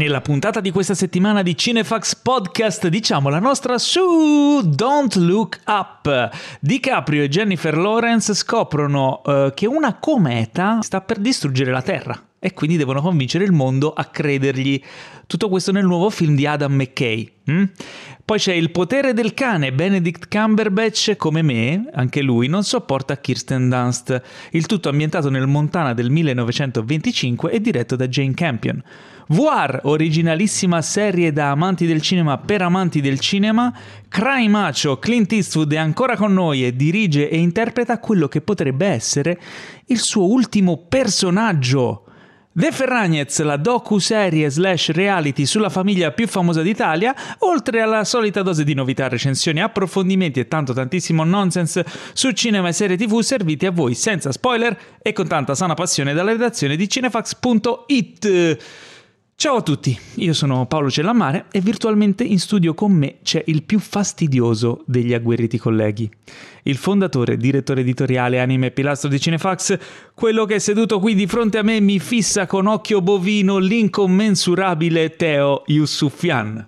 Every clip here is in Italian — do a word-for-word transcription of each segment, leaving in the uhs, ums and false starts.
Nella puntata di questa settimana di Cinefax Podcast diciamo la nostra su Don't Look Up. DiCaprio e Jennifer Lawrence scoprono uh, che una cometa sta per distruggere la Terra e quindi devono convincere il mondo a credergli. Tutto questo nel nuovo film di Adam McKay. Hm? Poi c'è Il potere del cane. Benedict Cumberbatch, come me, anche lui, non sopporta Kirsten Dunst. Il tutto ambientato nel Montana del millenovecentoventicinque e diretto da Jane Campion. V R, originalissima serie da amanti del cinema per amanti del cinema. Cry Macho, Clint Eastwood è ancora con noi e dirige e interpreta quello che potrebbe essere il suo ultimo personaggio. The Ferragnez, la docu-serie slash reality sulla famiglia più famosa d'Italia, oltre alla solita dose di novità, recensioni, approfondimenti e tanto tantissimo nonsense su cinema e serie tv serviti a voi senza spoiler e con tanta sana passione dalla redazione di cinefax punto it. Ciao a tutti, io sono Paolo Cellammare e virtualmente in studio con me c'è il più fastidioso degli agguerriti colleghi, il fondatore, direttore editoriale, anime e pilastro di Cinefax, quello che è seduto qui di fronte a me mi fissa con occhio bovino, l'incommensurabile Teo Yusufian.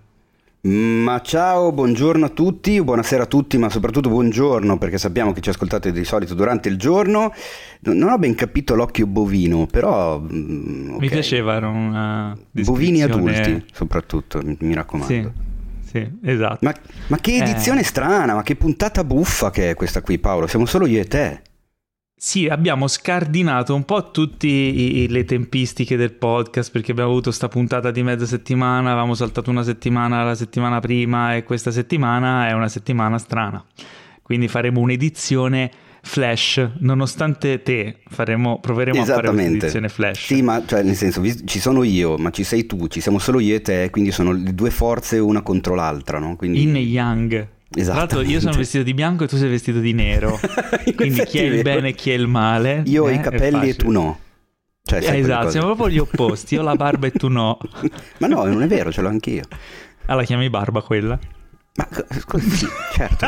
Ma ciao, buongiorno a tutti, buonasera a tutti, ma soprattutto buongiorno perché sappiamo che ci ascoltate di solito durante il giorno. Non ho ben capito l'occhio bovino, però okay. Mi piaceva, era una bovini adulti soprattutto, mi raccomando. Sì, sì, esatto. Ma, ma che edizione eh... strana, ma che puntata buffa che è questa qui, Paolo, siamo solo io e te. Sì, abbiamo scardinato un po' tutte le tempistiche del podcast perché abbiamo avuto sta puntata di mezza settimana, avevamo saltato una settimana la settimana prima e questa settimana è una settimana strana. Quindi faremo un'edizione flash, nonostante te faremo, proveremo a fare un'edizione flash. Sì, ma cioè nel senso, ci sono io, ma ci sei tu, ci siamo solo io e te, quindi sono le due forze una contro l'altra, no? Quindi... Yin e yang. Tra l'altro io sono vestito di bianco e tu sei vestito di nero, quindi chi è il bene e chi è il male. Io ho eh, i capelli e tu no, cioè, eh, esatto, siamo proprio gli opposti, io ho la barba e tu no. Ma no, non è vero, ce l'ho anch'io. Ah, la chiami barba quella? Ma scusa, sì, certo.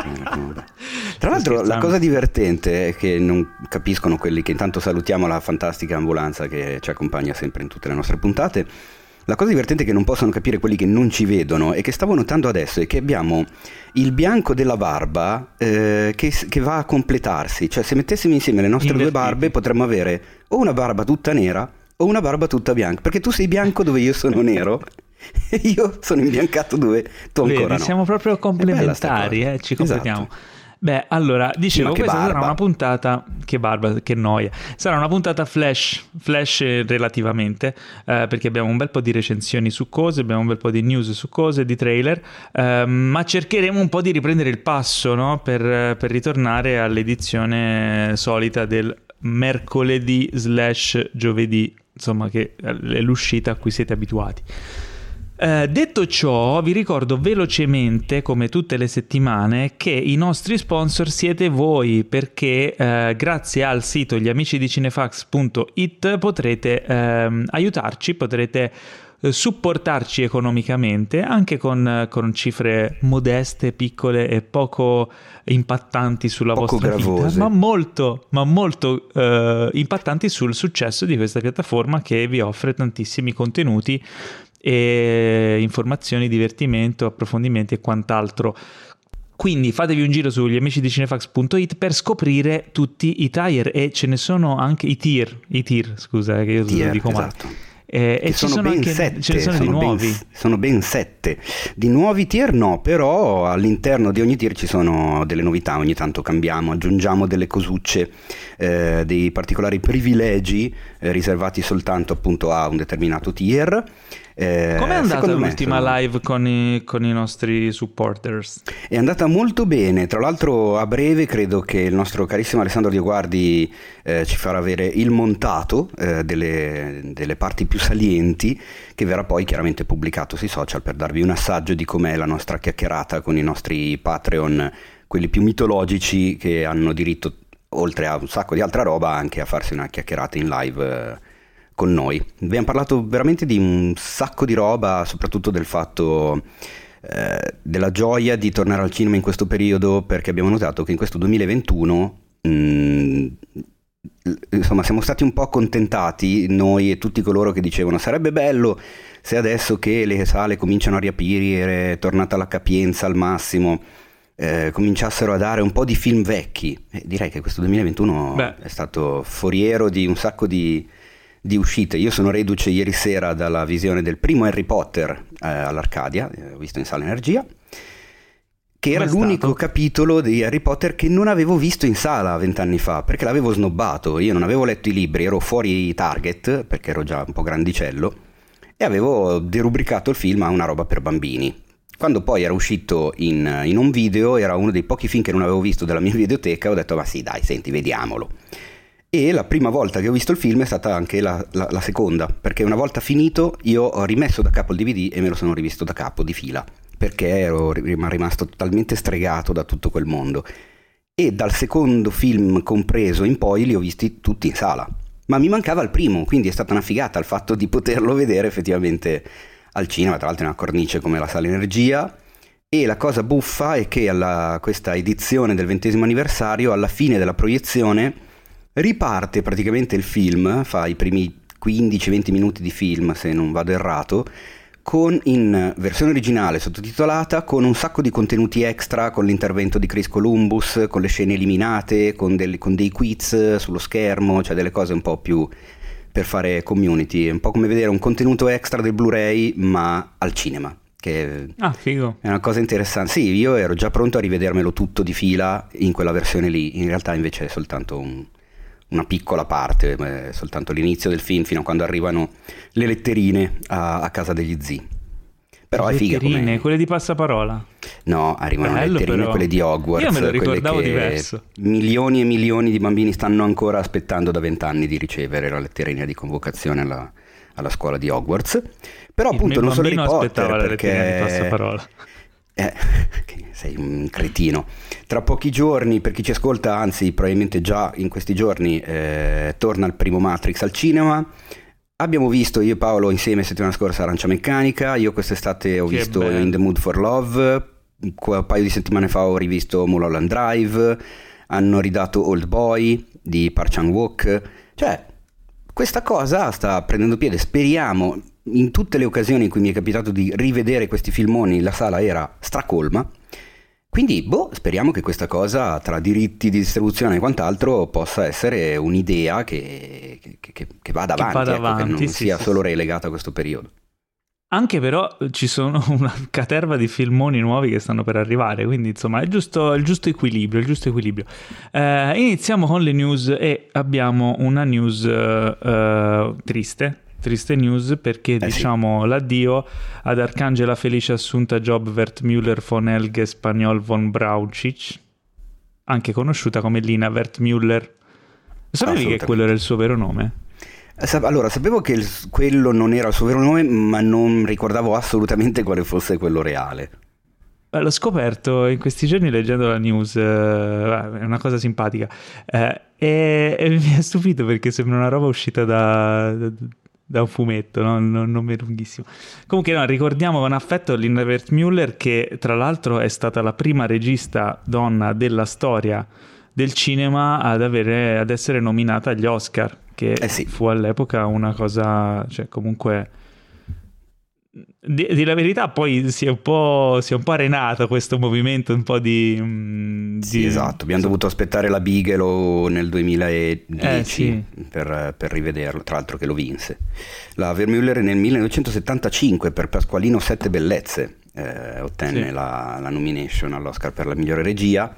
Tra l'altro la cosa divertente è che non capiscono quelli che intanto salutiamo la fantastica ambulanza che ci accompagna sempre in tutte le nostre puntate. La cosa divertente che non possono capire quelli che non ci vedono e che stavo notando adesso è che abbiamo il bianco della barba eh, che, che va a completarsi. Cioè se mettessimo insieme le nostre Invertiti. due barbe potremmo avere o una barba tutta nera o una barba tutta bianca. Perché tu sei bianco dove io sono nero e io sono imbiancato dove tu ancora Vedi, no. Siamo proprio complementari, eh, ci completiamo. Esatto. Beh, allora, dicevo, sì, questa barba. sarà una puntata, che barba, che noia, sarà una puntata flash, flash relativamente, eh, perché abbiamo un bel po' di recensioni su cose, abbiamo un bel po' di news su cose, di trailer, eh, ma cercheremo un po' di riprendere il passo, no? per, per ritornare all'edizione solita del mercoledì slash giovedì, insomma, che è l'uscita a cui siete abituati. Uh, detto ciò, vi ricordo velocemente, come tutte le settimane, che i nostri sponsor siete voi, perché uh, grazie al sito gli amici di cinefax punto it potrete uh, aiutarci, potrete uh, supportarci economicamente, anche con, uh, con cifre modeste, piccole e poco impattanti sulla poco vostra gravose. vita, ma molto, ma molto uh, impattanti sul successo di questa piattaforma che vi offre tantissimi contenuti e informazioni, divertimento, approfondimenti e quant'altro. Quindi fatevi un giro sugli amici di cinefax punto it per scoprire tutti i tier, e ce ne sono anche i tier, i tier, scusa, che io tier, lo dico male. esatto. Eh, e ci sono, sono ben anche sette, ce ne sono, sono di nuovi. Ben, sono ben sette. Di nuovi tier no, però all'interno di ogni tier ci sono delle novità, ogni tanto cambiamo, aggiungiamo delle cosucce, eh, dei particolari privilegi eh, riservati soltanto appunto a un determinato tier. Eh, Com'è andata l'ultima sono... live con i, con i nostri supporters? È andata molto bene, tra l'altro a breve credo che il nostro carissimo Alessandro Dioguardi eh, ci farà avere il montato eh, delle, delle parti più salienti, che verrà poi chiaramente pubblicato sui social per darvi un assaggio di com'è la nostra chiacchierata con i nostri Patreon, quelli più mitologici che hanno diritto, oltre a un sacco di altra roba, anche a farsi una chiacchierata in live eh, con noi. Abbiamo parlato veramente di un sacco di roba, soprattutto del fatto eh, della gioia di tornare al cinema in questo periodo, perché abbiamo notato che in questo duemilaventuno mh, insomma siamo stati un po' accontentati noi e tutti coloro che dicevano sarebbe bello se adesso che le sale cominciano a riaprire, è tornata la capienza al massimo, eh, cominciassero a dare un po' di film vecchi, eh, direi che questo duemilaventuno Beh. è stato foriero di un sacco di, di uscite. Io sono reduce ieri sera dalla visione del primo Harry Potter eh, all'Arcadia, eh, ho visto in Sala Energia, che era l'unico capitolo di Harry Potter che non avevo visto in sala vent'anni fa, perché l'avevo snobbato. Io non avevo letto i libri, ero fuori target, perché ero già un po' grandicello, e avevo derubricato il film a una roba per bambini. Quando poi era uscito in, in un video, era uno dei pochi film che non avevo visto dalla mia videoteca, ho detto ma sì dai, senti, vediamolo. E la prima volta che ho visto il film è stata anche la, la, la seconda, perché una volta finito io ho rimesso da capo il D V D e me lo sono rivisto da capo di fila, perché ero rimasto totalmente stregato da tutto quel mondo. E dal secondo film compreso in poi li ho visti tutti in sala, ma mi mancava il primo, quindi è stata una figata il fatto di poterlo vedere effettivamente al cinema, tra l'altro in una cornice come la Sala Energia. E la cosa buffa è che alla, questa edizione del ventesimo anniversario, alla fine della proiezione, riparte praticamente il film, fa i primi quindici venti minuti di film se non vado errato, con in versione originale sottotitolata, con un sacco di contenuti extra, con l'intervento di Chris Columbus, con le scene eliminate, con, del, con dei quiz sullo schermo, cioè delle cose un po' più per fare community, è un po' come vedere un contenuto extra del Blu-ray ma al cinema, che ah, figo. È una cosa interessante. Sì, io ero già pronto a rivedermelo tutto di fila in quella versione lì, in realtà invece è soltanto un, una piccola parte, è soltanto l'inizio del film fino a quando arrivano le letterine a, a casa degli zii. Però le è figa letterine, come... quelle di passaparola? No, arrivano le letterine, però. Quelle di Hogwarts. Io me lo ricordavo che diverso. Milioni e milioni di bambini stanno ancora aspettando da vent'anni di ricevere la letterina di convocazione alla, alla scuola di Hogwarts. Però Il appunto non sono Harry Potter aspettava perché... la letterina di passaparola. Eh, sei un cretino. Tra pochi giorni, per chi ci ascolta, anzi probabilmente già in questi giorni, eh, torna il primo Matrix al cinema. Abbiamo visto io e Paolo insieme settimana scorsa Arancia Meccanica, io quest'estate ho che visto bello. In the Mood for Love, un paio di settimane fa ho rivisto Mulholland Drive, hanno ridato Old Boy di Park Chan-wook, cioè questa cosa sta prendendo piede, speriamo. In tutte le occasioni in cui mi è capitato di rivedere questi filmoni la sala era stracolma, quindi boh, speriamo che questa cosa tra diritti di distribuzione e quant'altro possa essere un'idea che, che, che, che vada avanti, che, vada ecco, avanti, che non sì, sia sì, solo sì. relegata a questo periodo. Anche però ci sono una caterva di filmoni nuovi che stanno per arrivare, quindi insomma è giusto il giusto equilibrio, il giusto equilibrio. Eh, iniziamo con le news e abbiamo una news uh, triste. Triste news perché eh diciamo sì. l'addio ad Arcangela Felice Assunta Job Wertmüller von Helge Spagnol von Brauchitsch, anche conosciuta come Lina Wertmüller. Sapevi che quello era il suo vero nome? Allora, sapevo che il, quello non era il suo vero nome, ma non ricordavo assolutamente quale fosse quello reale. L'ho scoperto in questi giorni leggendo la news, eh, è una cosa simpatica, eh, e, e mi ha stupito perché sembra una roba uscita da... da da un fumetto, no? non, non è lunghissimo. Comunque no, ricordiamo con affetto Lina Wertmüller, che tra l'altro è stata la prima regista donna della storia del cinema ad, avere, ad essere nominata agli Oscar, che eh sì. fu all'epoca una cosa, cioè comunque di, di la verità poi si è un po' si è un po' arenato questo movimento un po' di, mh, sì di esatto, abbiamo so. dovuto aspettare la Bigelow nel duemiladieci eh, sì. per, per rivederlo, tra l'altro che lo vinse la Wertmüller nel millenovecentosettantacinque per Pasqualino Sette Bellezze, eh, ottenne sì. la, la nomination all'Oscar per la migliore regia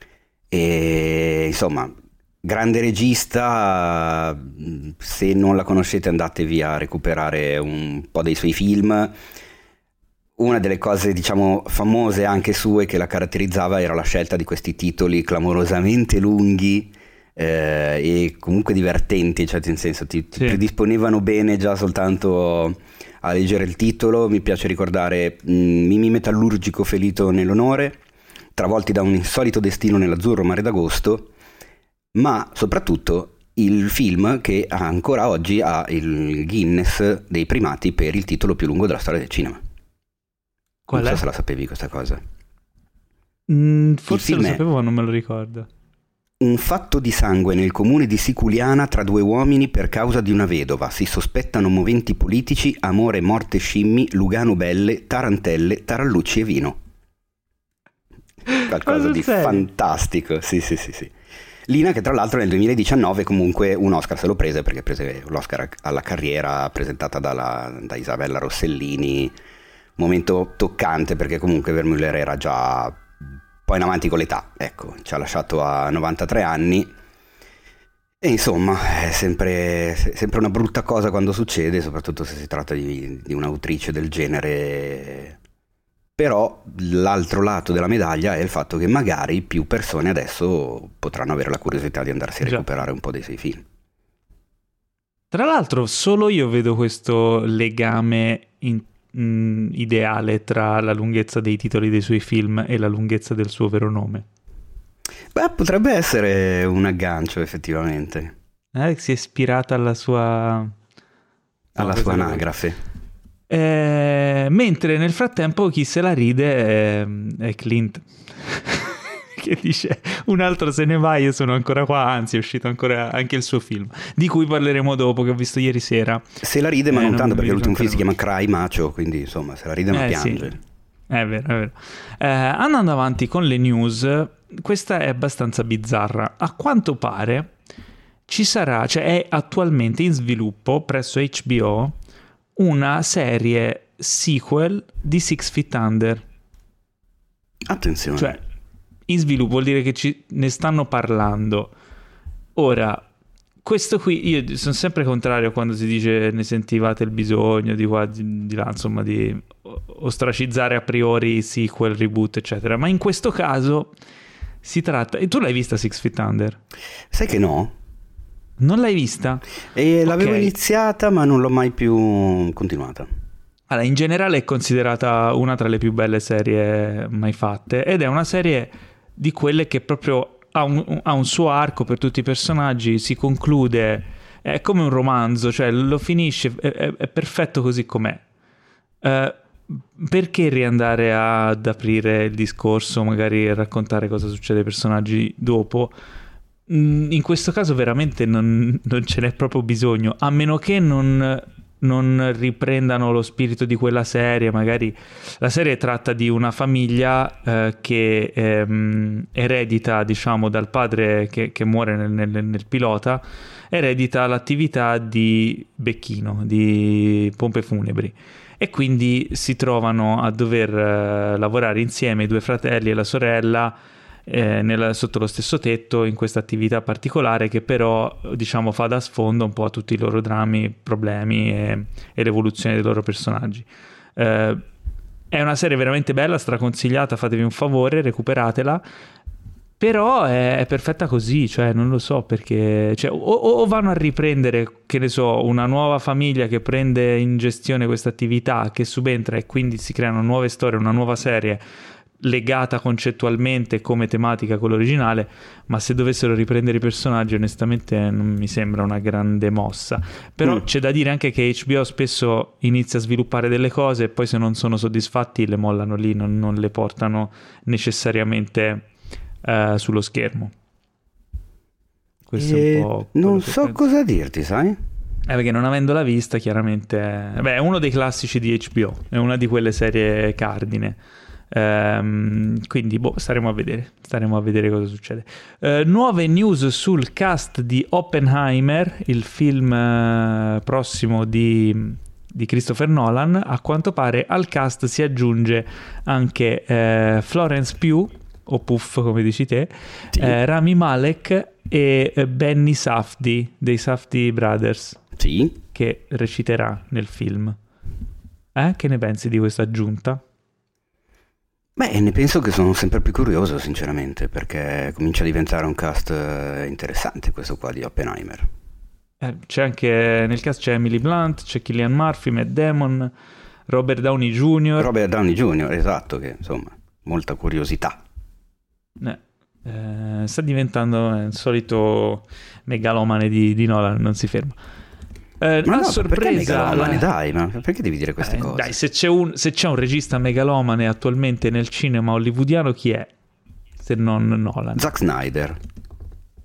e insomma grande regista, se non la conoscete andatevi a recuperare un po' dei suoi film. Una delle cose diciamo famose anche sue che la caratterizzava era la scelta di questi titoli clamorosamente lunghi eh, e comunque divertenti, cioè in senso ti, ti sì. predisponevano bene già soltanto a leggere il titolo. Mi piace ricordare mh, Mimì metallurgico ferito nell'onore, Travolti da un insolito destino nell'azzurro mare d'agosto, ma soprattutto il film che ancora oggi ha il Guinness dei primati per il titolo più lungo della storia del cinema. Qual non è? so se la sapevi questa cosa. Mm, forse lo sapevo ma non me lo ricordo. Un fatto di sangue nel comune di Siculiana tra due uomini per causa di una vedova. Si sospettano moventi politici, amore, morte, scimmi, Lugano belle, tarantelle, tarallucci e vino. Qualcosa di serio? Fantastico, sì sì sì sì. Lina che tra l'altro nel duemiladiciannove comunque un Oscar se lo prese, perché prese l'Oscar alla carriera presentata dalla, da Isabella Rossellini. Momento toccante, perché comunque Vermeulen era già poi in avanti con l'età, ecco, ci ha lasciato a novantatré anni e insomma è sempre, sempre una brutta cosa quando succede, soprattutto se si tratta di, di un'autrice del genere. Però l'altro lato della medaglia è il fatto che magari più persone adesso potranno avere la curiosità di andarsi a recuperare Già. un po' dei suoi film. Tra l'altro solo io vedo questo legame in Mm, ideale tra la lunghezza dei titoli dei suoi film e la lunghezza del suo vero nome. Beh, potrebbe essere un aggancio effettivamente. Eh, si è ispirata alla sua alla no, sua anagrafe. Eh, mentre nel frattempo chi se la ride è, è Clint che dice un altro se ne va, io sono ancora qua, anzi è uscito ancora anche il suo film di cui parleremo dopo, che ho visto ieri sera. Se la ride ma eh, non tanto, perché l'ultimo film si chiama Cry Macho, quindi insomma se la ride ma eh, piange. Sì. È vero, è vero. Eh, andando avanti con le news, questa è abbastanza bizzarra. A quanto pare ci sarà, cioè è attualmente in sviluppo presso H B O una serie sequel di Six Feet Under. Attenzione. Cioè in sviluppo vuol dire che ci, ne stanno parlando. Ora, questo qui, io sono sempre contrario quando si dice ne sentivate il bisogno di qua, di, di là, insomma, di ostracizzare a priori sequel, reboot, eccetera. Ma in questo caso si tratta... E tu l'hai vista Six Feet Under? Sai che no? Non l'hai vista? E l'avevo okay. iniziata, ma non l'ho mai più continuata. Allora, in generale è considerata una tra le più belle serie mai fatte, ed è una serie di quelle che proprio ha un, ha un suo arco per tutti i personaggi, si conclude, è come un romanzo, cioè lo finisce, è, è, è perfetto così com'è. Uh, perché riandare ad aprire il discorso, magari raccontare cosa succede ai personaggi dopo? In questo caso veramente non, non ce n'è proprio bisogno, a meno che non... non riprendano lo spirito di quella serie. Magari la serie tratta di una famiglia eh, che ehm, eredita, diciamo, dal padre che, che muore nel, nel, nel pilota, eredita l'attività di becchino, di pompe funebri, e quindi si trovano a dover eh, lavorare insieme, i due fratelli e la sorella, Eh, nel, sotto lo stesso tetto, in questa attività particolare che però, diciamo, fa da sfondo un po' a tutti i loro drammi, problemi e, e l'evoluzione dei loro personaggi. Eh, è una serie veramente bella, straconsigliata, fatevi un favore, recuperatela, però è, è perfetta così, cioè non lo so perché, cioè, o, o vanno a riprendere, che ne so, una nuova famiglia che prende in gestione questa attività, che subentra, e quindi si creano nuove storie, una nuova serie legata concettualmente come tematica con l'originale, ma se dovessero riprendere i personaggi onestamente non mi sembra una grande mossa. Però mm. c'è da dire anche che H B O spesso inizia a sviluppare delle cose e poi se non sono soddisfatti le mollano lì, non, non le portano necessariamente uh, sullo schermo. Questo e è un po' non so penso. Cosa dirti, sai? Eh, perché non avendola vista chiaramente, beh, è uno dei classici di H B O, è una di quelle serie cardine. Um, quindi boh, staremo a vedere staremo a vedere cosa succede. Uh, nuove news sul cast di Oppenheimer, il film uh, prossimo di, di Christopher Nolan. A quanto pare al cast si aggiunge anche uh, Florence Pugh, o Puff come dici te, sì. uh, Rami Malek e uh, Benny Safdie dei Safdie Brothers, sì. che reciterà nel film. Eh? Che ne pensi di questa aggiunta? Beh, ne penso che sono sempre più curioso, sinceramente, perché comincia a diventare un cast interessante questo qua di Oppenheimer. Eh, c'è anche, nel cast c'è Emily Blunt, c'è Cillian Murphy, Matt Damon, Robert Downey Junior Robert Downey Junior, esatto, che insomma, molta curiosità. Eh, eh, sta diventando il solito megalomane di, di Nolan, non si ferma. Eh, ma a no, sorpresa, perché la... dai, ma perché devi dire queste eh, cose? Dai, se c'è, un, se c'è un regista megalomane attualmente nel cinema hollywoodiano, chi è? Se non Nolan. Zack Snyder.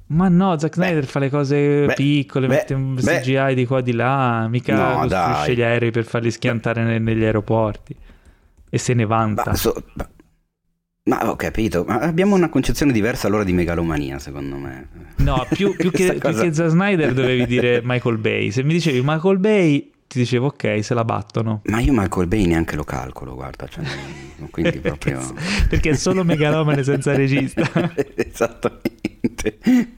Ma no, Zack Snyder beh, fa le cose beh, piccole, beh, mette un beh. C G I di qua di là, mica No, costruisce dai. gli aerei per farli schiantare ne- negli aeroporti e se ne Ma, vanta. so- ma- ma ho capito, ma abbiamo una concezione diversa allora di megalomania, secondo me. No, più, più che, Questa più cosa- che Zack Snyder dovevi dire Michael Bay. Se mi dicevi Michael Bay, ti dicevo ok, se la battono. Ma io Michael Bay neanche lo calcolo, guarda, cioè, non- quindi proprio... perché, perché è solo megalomane senza regista. Esattamente.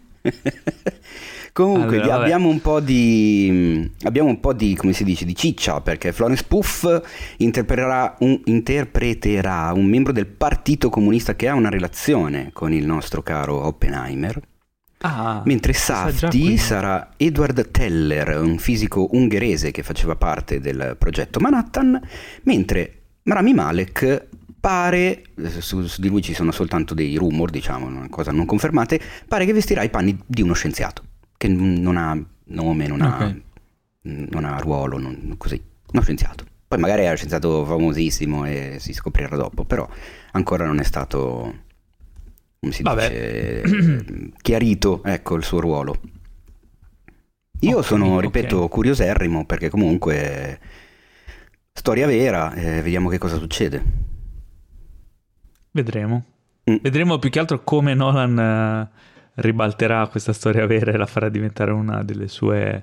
Comunque Allora, vabbè. abbiamo un po' di abbiamo un po' di, come si dice, di ciccia, perché Florence Pugh interpreterà un, interpreterà un membro del Partito Comunista che ha una relazione con il nostro caro Oppenheimer. Ah, Mentre si sa già Safdie qui. sarà Edward Teller, un fisico ungherese che faceva parte del progetto Manhattan, mentre Rami Malek pare, su, su di lui ci sono soltanto dei rumor, diciamo, una cosa non confermate, pare che vestirà i panni di uno scienziato, che non ha nome, non ha, Ok. non ha ruolo, non, così, uno scienziato. Poi magari è uno scienziato famosissimo e si scoprirà dopo, però ancora non è stato, come si Vabbè. dice, chiarito, ecco, il suo ruolo. Io Ok, sono, ripeto, ok. curioserrimo, perché comunque storia vera, eh, vediamo che cosa succede. Vedremo. Mm. Vedremo più che altro come Nolan eh, ribalterà questa storia vera e la farà diventare una delle sue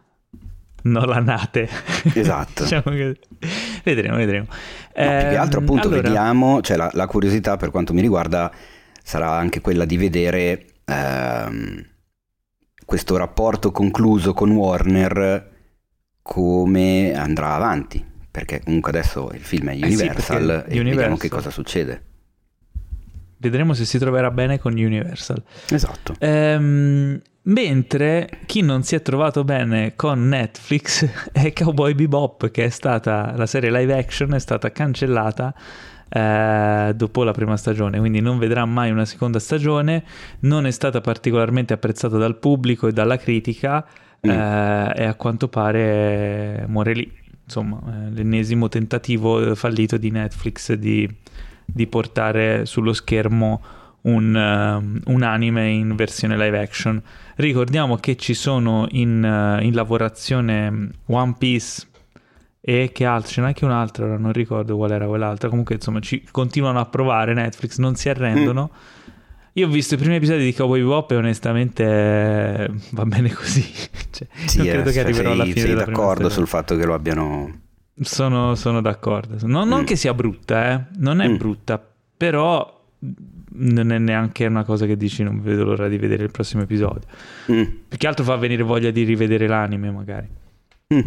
Nolanate. Esatto. Diciamo che... Vedremo, vedremo. No, più che altro Ehm, appunto allora, vediamo, cioè la, la curiosità per quanto mi riguarda sarà anche quella di vedere ehm, questo rapporto concluso con Warner come andrà avanti, perché comunque adesso il film è Eh sì, Universal perché e vediamo Universal. che cosa succede. Vedremo se si troverà bene con Universal. Esatto. Ehm, mentre chi non si è trovato bene con Netflix è Cowboy Bebop, che è stata la serie live action, è stata cancellata eh, dopo la prima stagione, quindi non vedrà mai una seconda stagione, non è stata particolarmente apprezzata dal pubblico e dalla critica Mm. eh, e a quanto pare muore lì. Insomma, eh, l'ennesimo tentativo fallito di Netflix di, di portare sullo schermo un, um, un anime in versione live action. Ricordiamo che ci sono in, uh, in lavorazione One Piece e che altro, ce n'è anche un'altra, ora non ricordo qual era quell'altra, comunque insomma ci continuano a provare, Netflix non si arrendono. Io ho visto i primi episodi di Cowboy Bebop e onestamente eh, va bene così. Cioè, Sì, non eh, credo che cioè, arriverò alla sei, fine sei della prima d'accordo stagione. sul fatto che lo abbiano... Sono, sono d'accordo. Non, non Mm. che sia brutta, eh. Non è Mm. brutta, però non è neanche una cosa che dici non vedo l'ora di vedere il prossimo episodio. Mm. Più che altro fa venire voglia di rivedere l'anime, magari. Mm.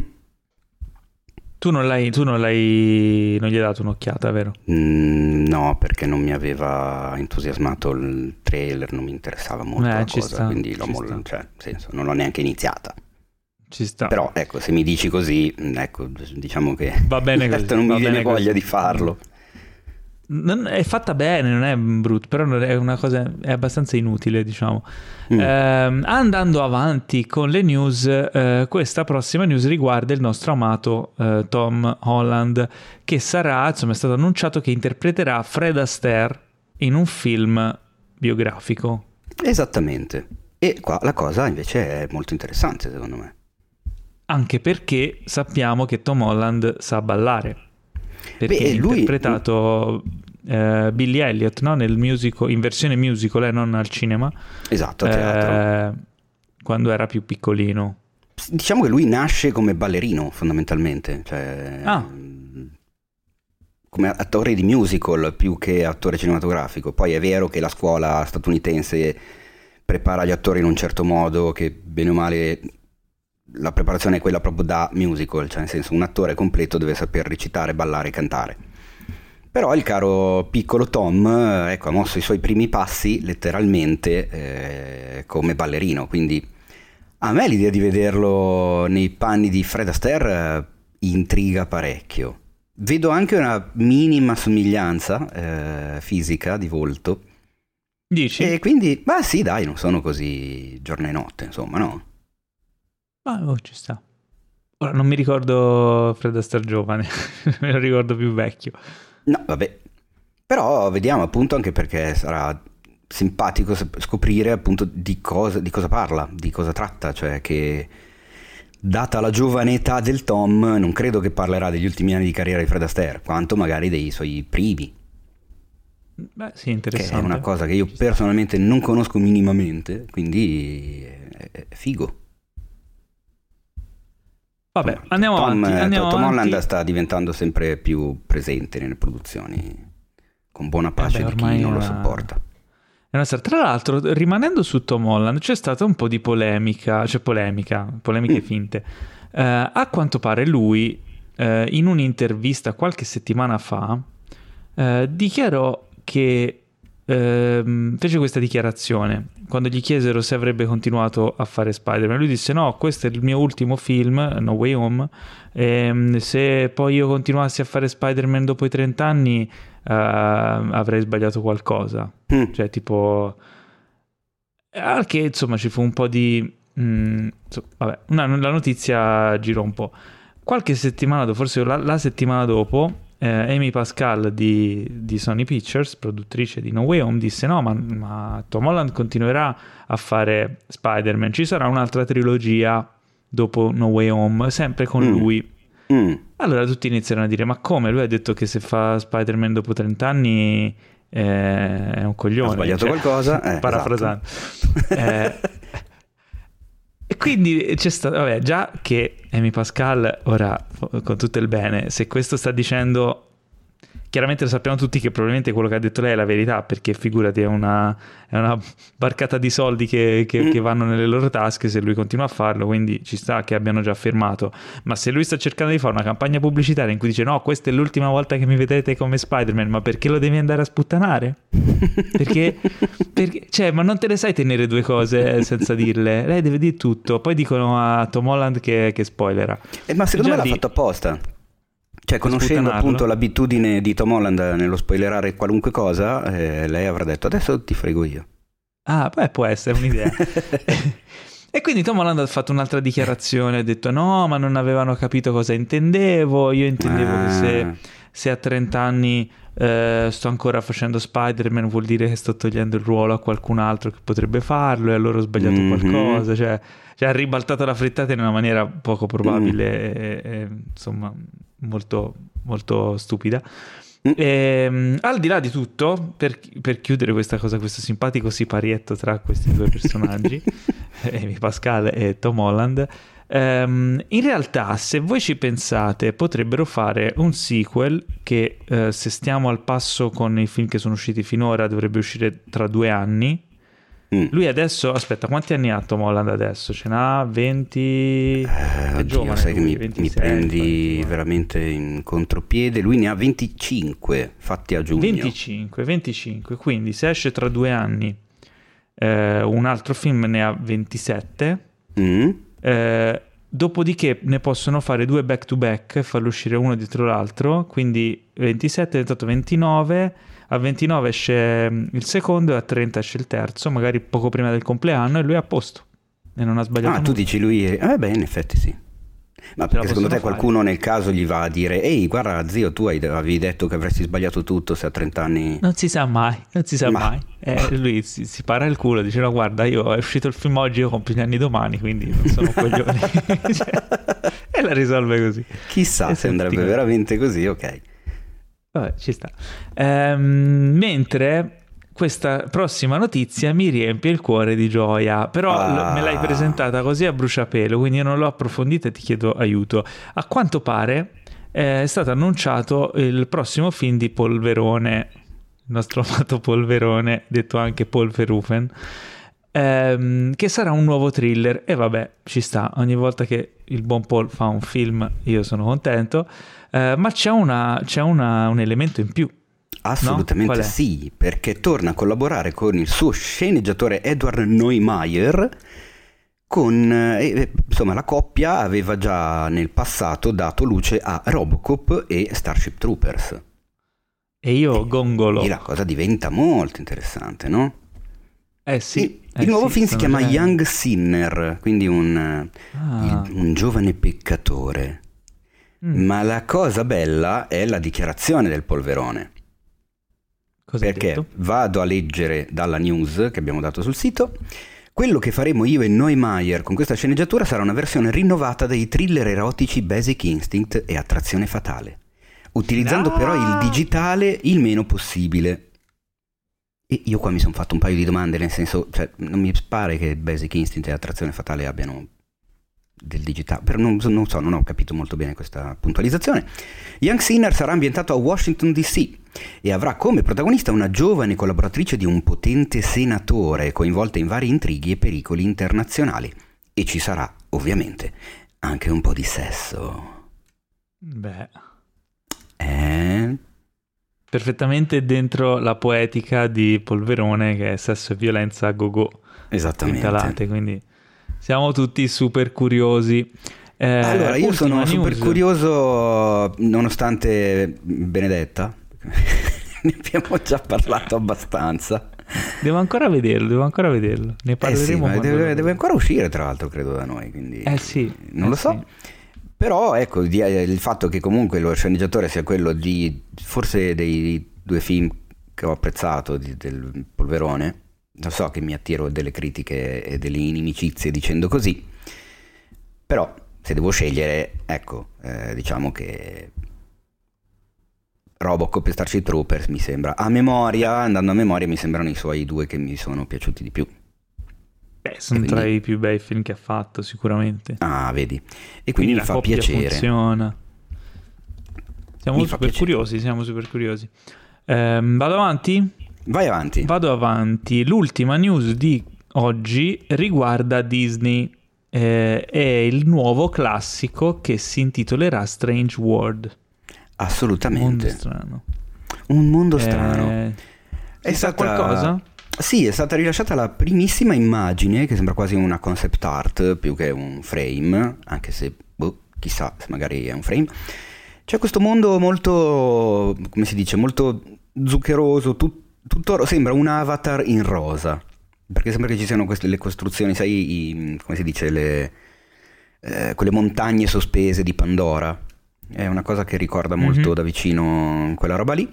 Tu non l'hai, tu non l'hai, non gli hai dato un'occhiata, vero? Mm, no, perché non mi aveva entusiasmato il trailer, non mi interessava molto Eh, la ci cosa, sta, quindi l'ho ci moll- sta. cioè, nel senso, non l'ho neanche iniziata. Ci sta. Però ecco, se mi dici così, mm, ecco, diciamo che Va bene così, non va mi viene bene voglia così. di farlo. Non- è fatta bene, non è brutto, però non è una cosa, è abbastanza inutile, diciamo. Mm. Ehm, andando avanti con le news, eh, questa prossima news riguarda il nostro amato eh, Tom Holland, che sarà, insomma, è stato annunciato che interpreterà Fred Astaire in un film biografico. Esattamente. E qua la cosa invece è molto interessante, secondo me. Anche perché sappiamo che Tom Holland sa ballare. Perché Beh, ha lui- interpretato eh, Billy Elliot, no? Nel musical, in versione musical e non al cinema. Esatto, a teatro. eh, quando era più piccolino. Diciamo che lui nasce come ballerino, fondamentalmente. Cioè, Ah. come attore di musical più che attore cinematografico. Poi è vero che la scuola statunitense prepara gli attori in un certo modo, che bene o male la preparazione è quella proprio da musical, cioè nel senso un attore completo deve saper recitare, ballare e cantare. Però il caro piccolo Tom, eh, ecco, ha mosso i suoi primi passi letteralmente eh, come ballerino, quindi a me l'idea di vederlo nei panni di Fred Astaire eh, intriga parecchio. Vedo anche una minima somiglianza eh, fisica di volto. Dici? E quindi, ma sì, dai, non sono così giorno e notte, insomma, no? Ah, oh, ci sta. Ora non mi ricordo Fred Astaire giovane, me lo ricordo più vecchio. No, vabbè. Però vediamo appunto, anche perché sarà simpatico scoprire appunto di cosa, di cosa parla, di cosa tratta, cioè che data la giovane età del Tom non credo che parlerà degli ultimi anni di carriera di Fred Astaire, quanto magari dei suoi primi. Beh, sì, interessante. Che è una cosa che io personalmente non conosco minimamente, quindi è figo. Vabbè, andiamo Tom, avanti. Andiamo Tom avanti. Holland sta diventando sempre più presente nelle produzioni, con buona pace Eh beh, di chi ormai non lo è- sopporta. È una star- Tra l'altro, rimanendo su Tom Holland, c'è stata un po' di polemica, cioè polemica, polemiche Mm. finte. Eh, a quanto pare lui, eh, in un'intervista qualche settimana fa, eh, dichiarò che ehm, fece questa dichiarazione quando gli chiesero se avrebbe continuato a fare Spider-Man. Lui disse: no, questo è il mio ultimo film, No Way Home, e se poi io continuassi a fare Spider-Man dopo i trenta anni eh, avrei sbagliato qualcosa. Mm. Cioè tipo, anche insomma ci fu un po' di mm, insomma, vabbè, una- la notizia girò un po'. Qualche settimana dopo, forse la, la settimana dopo, eh, Amy Pascal di, di Sony Pictures, produttrice di No Way Home, disse: no, ma, ma Tom Holland continuerà a fare Spider-Man, ci sarà un'altra trilogia dopo No Way Home, sempre con Mm. lui. Mm. Allora tutti iniziano a dire: ma come? Lui ha detto che se fa Spider-Man dopo trenta anni eh, è un coglione. Ha sbagliato Cioè, qualcosa, eh, parafrasando. esatto. Eh, e quindi c'è stato, vabbè, già che Amy Pascal, ora con tutto il bene, se questo sta dicendo, chiaramente lo sappiamo tutti che probabilmente quello che ha detto lei è la verità, perché figurati, è una, è una barcata di soldi che, che, Mm. che vanno nelle loro tasche se lui continua a farlo, quindi ci sta che abbiano già firmato. Ma se lui sta cercando di fare una campagna pubblicitaria in cui dice: no, questa è l'ultima volta che mi vedete come Spider-Man, ma perché lo devi andare a sputtanare? Perché, perché cioè, ma non te le sai tenere due cose senza dirle? Lei deve dire tutto. Poi dicono a Tom Holland che, che spoilera. Eh, ma secondo Già me l'ha lì- fatto apposta. Cioè, Per conoscendo sputtanarlo? appunto l'abitudine di Tom Holland nello spoilerare qualunque cosa, eh, lei avrà detto: adesso ti frego io. Ah, beh, può essere un'idea. E quindi Tom Holland ha fatto un'altra dichiarazione, ha detto: no, ma non avevano capito cosa intendevo, io intendevo Ah. che se, se a trenta anni eh, sto ancora facendo Spider-Man vuol dire che sto togliendo il ruolo a qualcun altro che potrebbe farlo e allora ho sbagliato Mhm. qualcosa, cioè, cioè ha ribaltato la frittata in una maniera poco probabile e, e, insomma molto, molto stupida. Mm. Ehm, al di là di tutto, per, per chiudere questa cosa, questo simpatico siparietto tra questi due personaggi, Amy Pascal e Tom Holland, ehm, in realtà, se voi ci pensate, potrebbero fare un sequel che, eh, se stiamo al passo con i film che sono usciti finora, dovrebbe uscire tra due anni. Mm. Lui adesso, aspetta, quanti anni ha Tom Holland adesso? Ce n'ha venti? Eh, È oddio, giovane sai che lui, mi, mi ventisei, prendi ventisei. veramente in contropiede. Lui ne ha venticinque fatti a giugno. venticinque, venticinque, quindi se esce tra due anni eh, un altro film ne ha ventisette, Mm. eh, dopodiché ne possono fare due back to back, farlo uscire uno dietro l'altro, quindi ventisette, ventotto, ventinove, a ventinove esce mm, il secondo e a trenta esce il terzo, magari poco prima del compleanno, e lui è a posto e non ha sbagliato Ah, tu nulla. dici lui è... Eh beh, in effetti sì. Ma Ce la perché secondo te possono qualcuno nel caso gli va a dire: ehi, guarda zio, tu hai- avevi detto che avresti sbagliato tutto se a trenta anni... Non si sa mai, non si sa Ma- mai. Eh, lui si, si para il culo, dice: no, guarda, io è uscito il film oggi, io compio gli anni domani, quindi non sono un coglione. Cioè, e la risolve così. Chissà E se andrebbe senti- veramente così, ok. Vabbè, ci sta. Ehm, mentre questa prossima notizia mi riempie il cuore di gioia, però Ah. l- me l'hai presentata così a bruciapelo, quindi io non l'ho approfondita e ti chiedo aiuto. A quanto pare eh, è stato annunciato il prossimo film di Polverone, il nostro amato Polverone, detto anche Paul Verhoeven, ehm, che sarà un nuovo thriller. E vabbè, ci sta, ogni volta che il buon Paul fa un film io sono contento. Eh, ma c'è, una, c'è una, un elemento in più. Assolutamente Qual è? sì, perché torna a collaborare con il suo sceneggiatore Edward Neumeier. Con, eh, insomma, la coppia aveva già nel passato dato luce a Robocop e Starship Troopers. E io gongolo. E la cosa diventa molto interessante, no? Eh sì. il eh il nuovo sì, film si sono chiama già- Young Sinner, quindi un, Ah. il- un giovane peccatore. Mm. Ma la cosa bella è la dichiarazione del Polverone. Cosa hai perché detto? vado a leggere dalla news che abbiamo dato sul sito. Quello che faremo io e Neumayer con questa sceneggiatura sarà una versione rinnovata dei thriller erotici Basic Instinct e Attrazione Fatale, utilizzando Ah! però il digitale il meno possibile. E io qua mi sono fatto un paio di domande, nel senso, cioè, non mi pare che Basic Instinct e Attrazione Fatale abbiano del digitale, però non, non so, non ho capito molto bene questa puntualizzazione. Young Sinner sarà ambientato a Washington D C e avrà come protagonista una giovane collaboratrice di un potente senatore coinvolta in vari intrighi e pericoli internazionali, e ci sarà ovviamente anche un po' di sesso. Beh, Eh? perfettamente dentro la poetica di Polverone, che è sesso e violenza a go-go Esattamente. quintalate, quindi siamo tutti super curiosi. Eh, Allora, io sono ultima super news. curioso, nonostante Benedetta, ne abbiamo già parlato abbastanza. Devo ancora vederlo, devo ancora vederlo. Ne Eh sì, parleremo ma quando deve, lo- deve ancora uscire, tra l'altro, credo da noi, quindi Eh sì, non eh lo so. sì. Però ecco, di- il fatto che comunque lo sceneggiatore sia quello di forse dei due film che ho apprezzato di- del Polverone, lo so che mi attiro delle critiche e delle inimicizie dicendo così, però se devo scegliere, ecco, eh, diciamo che Robocop e Starship Troopers mi sembra, a memoria, andando a memoria, mi sembrano i suoi due che mi sono piaciuti di più. Eh, sono quindi- tra i più bei film che ha fatto, sicuramente. Ah, vedi. E quindi, Quindi mi la fa coppia piacere. funziona. Siamo Mi fa super piacere. curiosi, siamo super curiosi. Ehm, vado avanti? Vai avanti. Vado avanti. L'ultima news di oggi riguarda Disney. Eh, è il nuovo classico che si intitolerà Strange World. Mondo Assolutamente. strano. Un mondo strano. Eh, È si sa stata- qualcosa? Sì, è stata rilasciata la primissima immagine, che sembra quasi una concept art più che un frame, anche se, boh, chissà se magari è un frame. C'è questo mondo molto, come si dice, molto zuccheroso, tut- tutto sembra un avatar in rosa, perché sembra che ci siano queste le costruzioni, sai, i- come si dice, le, eh, quelle montagne sospese di Pandora. È una cosa che ricorda molto Mhm. da vicino quella roba lì.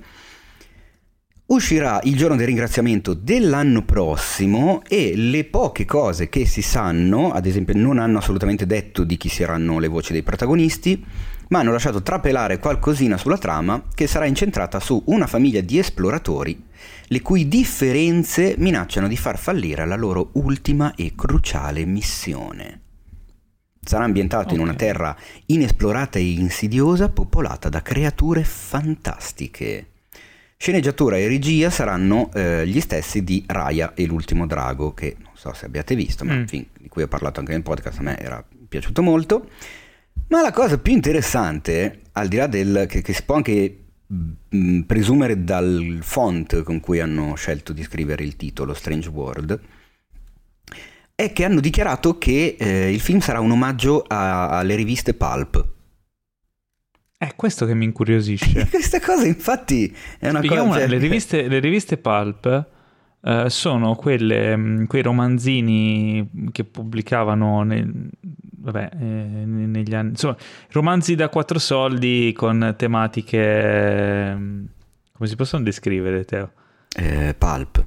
Uscirà il giorno del ringraziamento dell'anno prossimo e le poche cose che si sanno, ad esempio, non hanno assolutamente detto di chi saranno le voci dei protagonisti, ma hanno lasciato trapelare qualcosina sulla trama che sarà incentrata su una famiglia di esploratori le cui differenze minacciano di far fallire la loro ultima e cruciale missione. Sarà ambientato in una Ok. terra inesplorata e insidiosa, popolata da creature fantastiche. Sceneggiatura e regia saranno eh, gli stessi di Raya e l'ultimo drago, che non so se abbiate visto, ma Mm. un film di cui ho parlato anche nel podcast, a me era piaciuto molto. Ma la cosa più interessante, al di là del che, che si può anche mh, presumere dal font con cui hanno scelto di scrivere il titolo Strange World, è che hanno dichiarato che eh, il film sarà un omaggio a- alle riviste pulp. È questo che mi incuriosisce. Questa cosa infatti è una Spieghiamo, cosa... le riviste, le riviste pulp eh, sono quelle, mh, quei romanzini che pubblicavano nel- vabbè, eh, negli anni, insomma, romanzi da quattro soldi con tematiche, ehm, come si possono descrivere, Teo? Eh, pulp.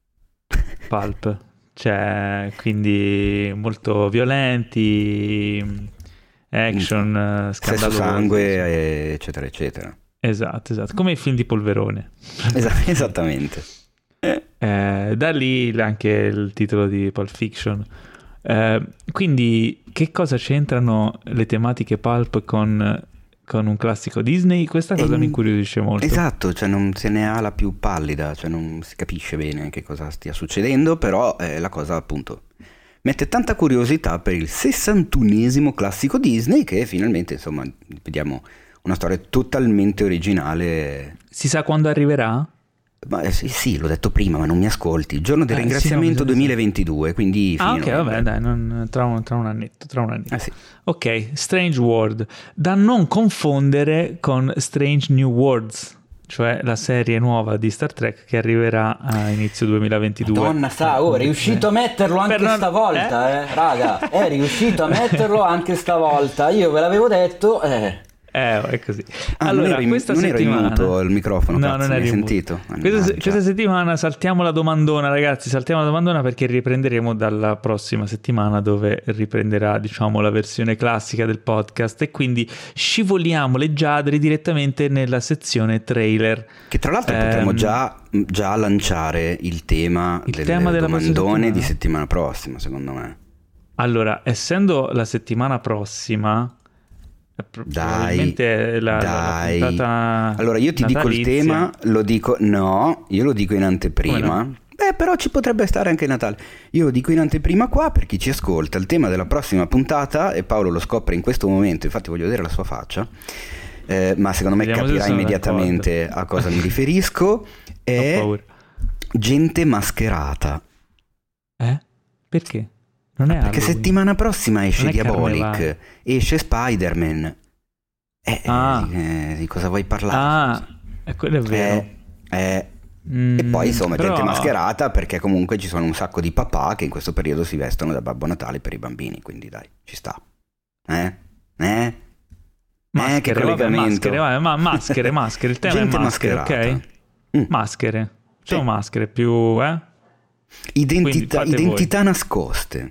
Pulp, cioè quindi molto violenti, action, eh, Sesso, scandalosi. sangue, eh, eccetera, eccetera. Esatto, esatto, come i film di Polverone. Esa- esattamente. Eh, da lì anche il titolo di Pulp Fiction. Eh, quindi che cosa c'entrano le tematiche pulp con, con un classico Disney? Questa cosa Ehm, mi incuriosisce molto. Esatto, cioè non se ne ha la più pallida, cioè non si capisce bene che cosa stia succedendo, però eh, la cosa appunto mette tanta curiosità per il sessantunesimo classico Disney, che finalmente insomma vediamo una storia totalmente originale. Si sa quando arriverà? Ma eh, sì, sì, l'ho detto prima, ma non mi ascolti. Il giorno del Eh, sì, ringraziamento no, bisogna- duemilaventidue, quindi Ah, fine ok, novembre. vabbè, dai, non- tra, un, tra un annetto, tra un annetto. Ah, sì. Ok, Strange World, da non confondere con Strange New Worlds, cioè la serie nuova di Star Trek che arriverà a inizio duemilaventidue. Madonna sa, oh, è riuscito a metterlo anche Per non- stavolta, eh? Raga, è riuscito a metterlo anche stavolta. Io ve l'avevo detto, eh. Eh, è così. Ah, allora, non ero in, questa non settimana... ero in muto il microfono, no, cazzo, non mi hai eri in muto. sentito? Questa, se- questa settimana saltiamo la domandona, ragazzi, saltiamo la domandona perché riprenderemo dalla prossima settimana, dove riprenderà, diciamo, la versione classica del podcast, e quindi scivoliamo leggiadri direttamente nella sezione trailer. Che tra l'altro Ehm, potremmo già, già lanciare il tema il del tema della prossima domandone settimana? di settimana prossima, secondo me. Allora, essendo la settimana prossima, eh, pro- Dai, probabilmente la, la- la dai. puntata Allora io ti dico il natalizia. tema, lo dico, no, io lo dico in anteprima. Come no? Beh, però ci potrebbe stare anche Natale. Io lo dico in anteprima qua per chi ci ascolta. Il tema della prossima puntata, e Paolo lo scopre in questo momento, infatti voglio vedere la sua faccia, eh, ma secondo me Vediamo se capirà sono immediatamente a cosa mi riferisco, Ho è paura. gente mascherata. Eh? Perché? Non è Perché Halloween. settimana prossima esce Non è Diabolic, Carnevale. esce Spider-Man. Eh, Ah. eh, di cosa vuoi parlare? Ah, e quello è vero. Eh, eh. Mm, E poi insomma però- gente mascherata, perché comunque ci sono un sacco di papà che in questo periodo si vestono da Babbo Natale per i bambini, quindi dai, ci sta. Eh? Eh? Eh, che Maschere, vabbè, collegamento. maschere, vabbè, ma maschere, maschere, il tema Gente è maschere, mascherata. ok? Mm. Maschere, sono Sì. maschere più, eh? Quindi Identità, fate voi. identità nascoste.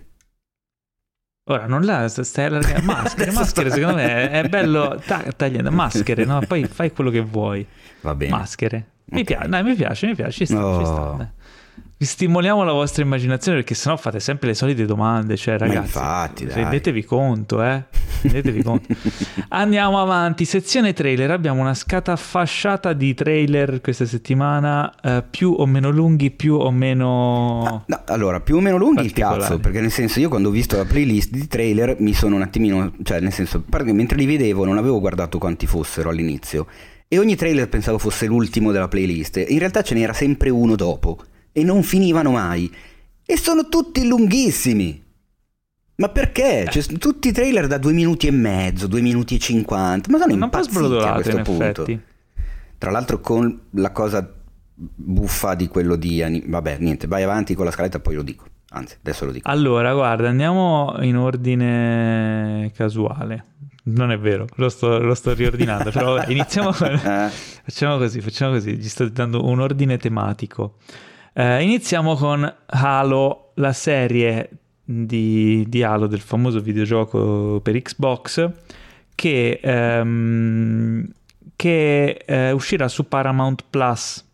Ora, non la stai allargando. Maschere, maschere, secondo me è, è bello ta- tagliando maschere, no? Poi fai quello che vuoi. Va bene. Maschere. Mi, Ok. piace, dai, mi piace, mi piace, ci sta, ci sta, Oh. dai. Vi stimoliamo la vostra immaginazione, perché sennò fate sempre le solite domande, cioè Ma ragazzi, infatti, dai. rendetevi conto, eh? Rendetevi conto. Andiamo avanti, sezione trailer, abbiamo una scatafasciata di trailer questa settimana, eh, più o meno lunghi, più o meno... Ah, no, allora, più o meno lunghi il particolari. cazzo, perché nel senso io quando ho visto la playlist di trailer mi sono un attimino, cioè nel senso, perché mentre li vedevo non avevo guardato quanti fossero all'inizio e ogni trailer pensavo fosse l'ultimo della playlist, in realtà ce n'era sempre uno dopo e non finivano mai e sono tutti lunghissimi. Ma perché? Cioè, sono tutti trailer da due minuti e mezzo, due minuti e cinquanta, ma sono un po' impazziti a sbrodolato, questo in punto. effetti. Tra l'altro con la cosa buffa di quello di... ani- Vabbè, niente, vai avanti con la scaletta, poi lo dico. Anzi, adesso lo dico. Allora, guarda, andiamo in ordine casuale. Non è vero, lo sto, lo sto riordinando, però vabbè, iniziamo con... Eh, Facciamo così, facciamo così, gli sto dando un ordine tematico. Eh, iniziamo con Halo, la serie di, di Halo, del famoso videogioco per Xbox, che, ehm, che eh, uscirà su Paramount Plus.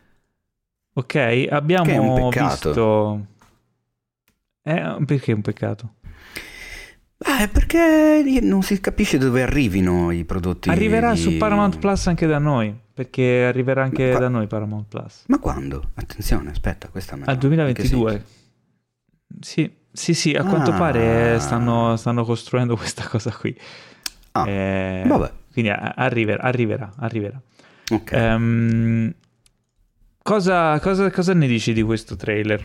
Ok, abbiamo Che è un peccato. visto... Eh, perché è un peccato? Beh, perché non si capisce dove arrivino i prodotti. Arriverà di- su Paramount Plus anche da noi, perché arriverà anche Ma qua- da noi Paramount Plus. Ma quando? Attenzione, aspetta, questa me la- Al duemilaventidue. Sì, sì, sì, a quanto Ah. pare stanno, stanno costruendo questa cosa qui. Ah, Eh, vabbè. Quindi a- arriverà, arriverà, arriverà. Ok. Ehm, cosa, cosa, cosa ne dici di questo trailer?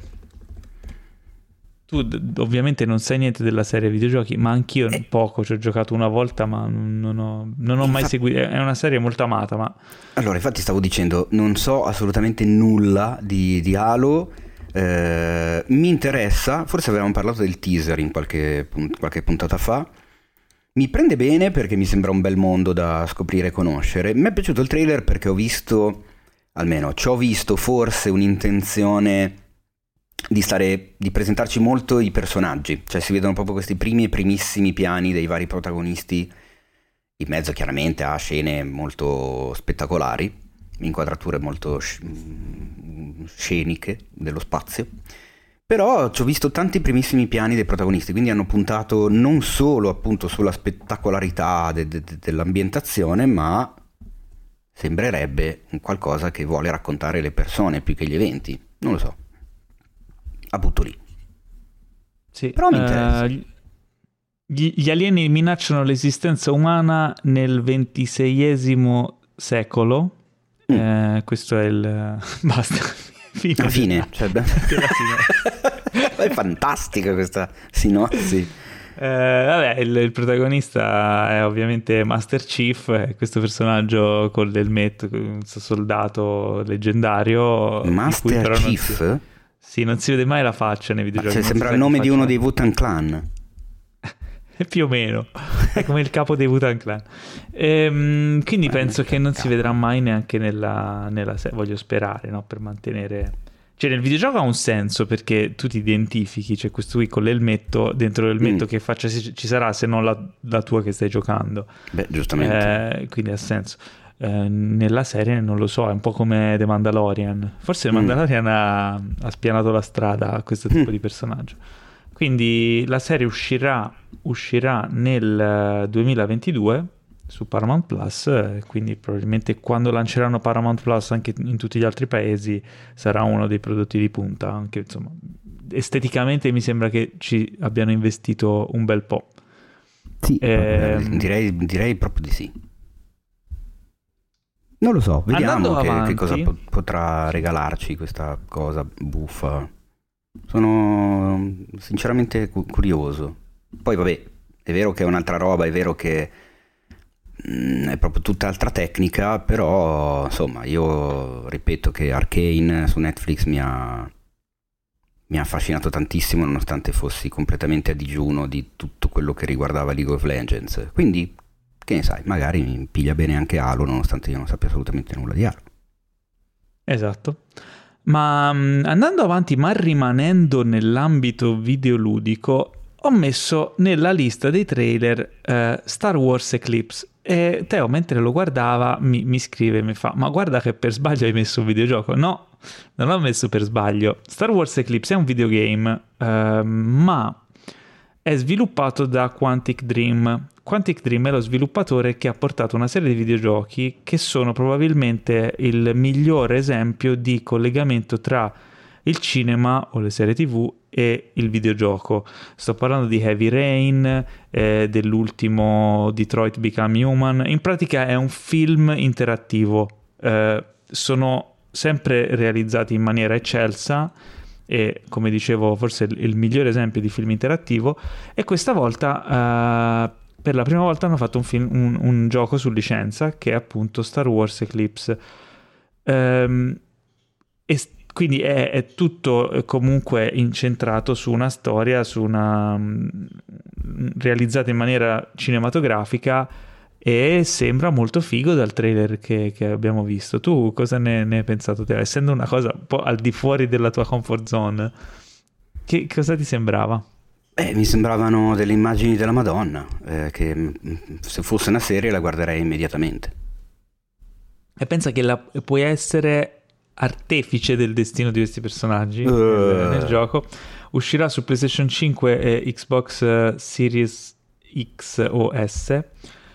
Tu d- ovviamente non sai niente della serie videogiochi, ma anch'io Eh. poco, ci ho giocato una volta, ma non, non ho, non ho mai Infatti- seguito. È una serie molto amata, ma Allora, infatti stavo dicendo, non so assolutamente nulla di, di Halo, eh, mi interessa, forse avevamo parlato del teaser in qualche, pun- qualche puntata fa, mi prende bene perché mi sembra un bel mondo da scoprire e conoscere, mi è piaciuto il trailer perché ho visto, almeno ci ho visto forse un'intenzione di stare, di presentarci molto i personaggi, cioè si vedono proprio questi primi e primissimi piani dei vari protagonisti, in mezzo chiaramente a scene molto spettacolari, inquadrature molto sc- sceniche dello spazio, però ci ho visto tanti primissimi piani dei protagonisti, quindi hanno puntato non solo appunto sulla spettacolarità de- de- de- dell'ambientazione, ma sembrerebbe un qualcosa che vuole raccontare le persone più che gli eventi, non lo so, la butto lì. sì. Però mi interessa. Eh, gli, gli alieni minacciano l'esistenza umana nel ventiseiesimo secolo. Mm. Eh, questo è il... Basta. Fine. Alla fine, cioè, Della sinossi. è fantastica questa sinossi. Eh, vabbè, il, il protagonista è ovviamente Master Chief, è questo personaggio con l'elmetto, questo soldato leggendario. di cui Master però non Chief? si- sì, non si vede mai la faccia nei Ma videogiochi. cioè, non si sembra sa il che nome di faccia uno è. dei Wu-Tang Clan. più o meno, è come il capo dei Wu-Tang Clan. Ehm, quindi penso che non si vedrà mai neanche nella, nella serie, voglio sperare, no? Per mantenere... Cioè nel videogioco ha un senso perché tu ti identifichi, c'è questo qui con l'elmetto, dentro l'elmetto mm. che faccia ci sarà se non la, la tua che stai giocando. Beh, giustamente. Eh, quindi ha senso. Eh, nella serie non lo so, è un po' come The Mandalorian. Forse The Mandalorian mm. ha, ha spianato la strada a questo tipo mm. di personaggio. Quindi la serie uscirà, uscirà nel duemilaventidue su Paramount Plus, quindi probabilmente quando lanceranno Paramount Plus anche in tutti gli altri paesi sarà uno dei prodotti di punta, anche insomma esteticamente mi sembra che ci abbiano investito un bel po'. Sì, eh, direi, direi proprio di sì. Non lo so, vediamo che, che cosa po- potrà regalarci questa cosa buffa. Sono sinceramente cu- curioso. Poi vabbè, è vero che è un'altra roba, è vero che è proprio tutt'altra tecnica, però insomma io ripeto che Arcane su Netflix mi ha mi ha affascinato tantissimo nonostante fossi completamente a digiuno di tutto quello che riguardava League of Legends, quindi che ne sai, magari mi piglia bene anche Halo nonostante io non sappia assolutamente nulla di Halo. Esatto. Ma andando avanti ma rimanendo nell'ambito videoludico, ho messo nella lista dei trailer uh, Star Wars Eclipse. E Teo mentre lo guardava mi, mi scrive e mi fa: ma guarda che per sbaglio hai messo un videogioco. No, non l'ho messo per sbaglio. Star Wars Eclipse è un videogame uh, ma è sviluppato da Quantic Dream. Quantic Dream è lo sviluppatore che ha portato una serie di videogiochi che sono probabilmente il migliore esempio di collegamento tra il cinema o le serie tv e il videogioco. Sto parlando di Heavy Rain, eh, dell'ultimo Detroit Become Human. In pratica è un film interattivo, eh, sono sempre realizzati in maniera eccelsa e, come dicevo, forse il, il migliore esempio di film interattivo. E questa volta eh, per la prima volta hanno fatto un, film, un, un gioco su licenza che è appunto Star Wars Eclipse. Ehm, e Quindi è, è tutto comunque incentrato su una storia, su una realizzata in maniera cinematografica, e sembra molto figo dal trailer che, che abbiamo visto. Tu cosa ne, ne hai pensato te? Essendo una cosa un po' al di fuori della tua comfort zone, che cosa ti sembrava? Beh, mi sembravano delle immagini della Madonna, eh, che se fosse una serie la guarderei immediatamente. E pensa che la, puoi essere artefice del destino di questi personaggi uh. nel, nel gioco. Uscirà su PlayStation cinque e Xbox Series X o S,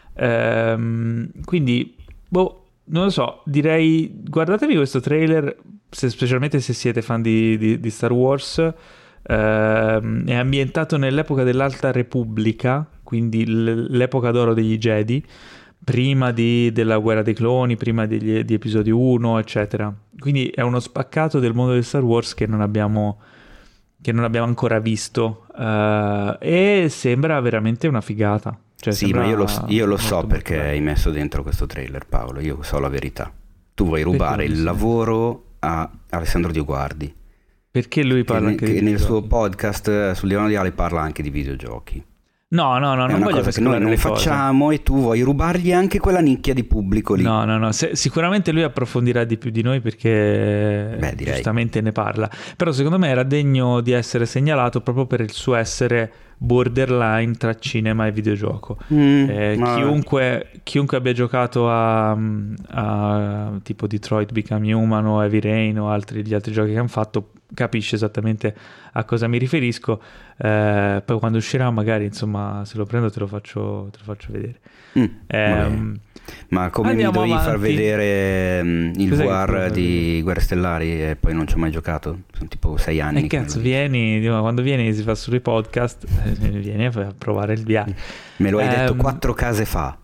ehm, quindi boh, non lo so, direi guardatevi questo trailer se, specialmente se siete fan di, di, di Star Wars. Ehm, è ambientato nell'epoca dell'Alta Repubblica, quindi l- l'epoca d'oro degli Jedi, prima di, della Guerra dei Cloni, prima degli, di episodio uno, eccetera. Quindi è uno spaccato del mondo di Star Wars che non abbiamo, che non abbiamo ancora visto, uh, e sembra veramente una figata. Cioè, sì, ma io lo, io lo so perché bello. Hai messo dentro questo trailer, Paolo. Io so la verità. Tu vuoi rubare il lavoro a Alessandro Dioguardi. Perché lui parla che, anche che di nel suo podcast sul divano di Ale parla anche di videogiochi. No, no, no, è non una voglio cosa che noi non facciamo e tu vuoi rubargli anche quella nicchia di pubblico lì. No, no, no, Se, sicuramente lui approfondirà di più di noi perché Beh, giustamente ne parla. Però secondo me era degno di essere segnalato proprio per il suo essere borderline tra cinema e videogioco. Mm, eh, ma... chiunque, chiunque abbia giocato a, a tipo Detroit Become Human o Heavy Rain o altri, gli altri giochi che hanno fatto capisce esattamente a cosa mi riferisco. Eh, poi quando uscirà magari insomma se lo prendo te lo faccio, te lo faccio vedere. Mm, eh, ma come mi dovevi avanti. far vedere um, il Cos'è V R di Guerre Stellari e poi non ci ho mai giocato? Sono tipo sei anni. E cazzo, vieni, quando vieni si fa solo i podcast, vieni a provare il V R. Me lo hai um, detto quattro case fa.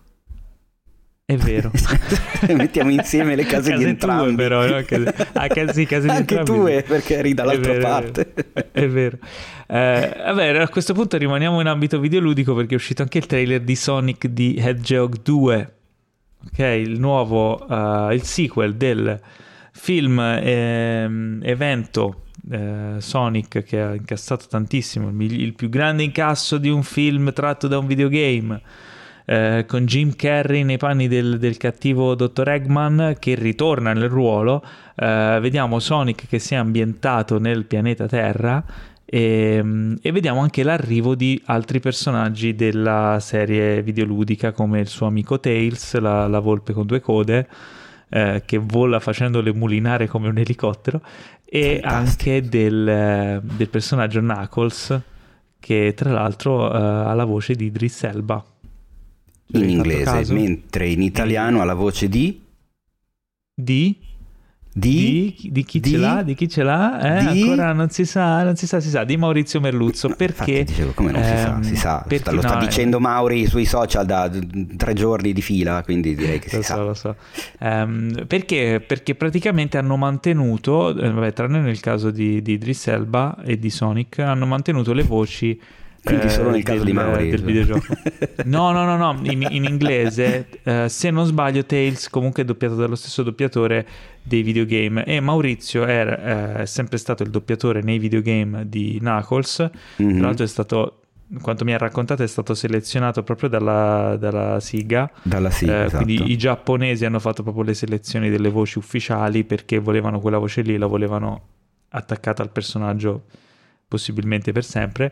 È vero. Mettiamo insieme le case, case di entrambi. Tue, però, no? Case, ah, case, sì, case di anche entrambi. tue, perché eri dall'altra è vero, parte. È vero. Eh, vabbè, a questo punto rimaniamo in ambito videoludico perché è uscito anche il trailer di Sonic the Hedgehog due. Ok, il nuovo, uh, il sequel del film eh, evento eh, Sonic, che ha incassato tantissimo, il, il più grande incasso di un film tratto da un videogame, eh, con Jim Carrey nei panni del, del cattivo dottor Eggman che ritorna nel ruolo. Eh, vediamo Sonic che si è ambientato nel pianeta Terra e, e vediamo anche l'arrivo di altri personaggi della serie videoludica, come il suo amico Tails, la, la volpe con due code, eh, che vola facendole mulinare come un elicottero, e Fantastico. anche del, del personaggio Knuckles, che tra l'altro eh, ha la voce di Idris Elba. Ci In hai fatto inglese, caso? mentre in italiano ha la voce di... Di... Di... Di, di chi di- ce l'ha? Di chi ce l'ha? Eh, di- ancora non si sa, non si sa, si sa, di Maurizio Merluzzo, perché... Infatti dicevo, come non si sa? ehm, Si sa, perché- lo sta no, eh, dicendo Mauri sui social da d- tre giorni di fila, quindi direi che si Lo sa. so, lo so. Ehm, perché? Perché praticamente hanno mantenuto, eh, vabbè, tranne nel caso di, di Idris Elba e di Sonic, hanno mantenuto le voci. Quindi eh, solo nel caso del, di Mauri. del videogioco. No, no, no, no. In, in inglese, eh, se non sbaglio, Tails comunque è doppiato dallo stesso doppiatore dei videogame, e Maurizio è eh, sempre stato il doppiatore nei videogame di Knuckles. Mhm. Tra l'altro è stato, quanto mi ha raccontato, è stato selezionato proprio dalla, dalla SIGA. Dalla sì, Eh, esatto. Quindi i giapponesi hanno fatto proprio le selezioni delle voci ufficiali, perché volevano quella voce lì, la volevano attaccata al personaggio possibilmente per sempre.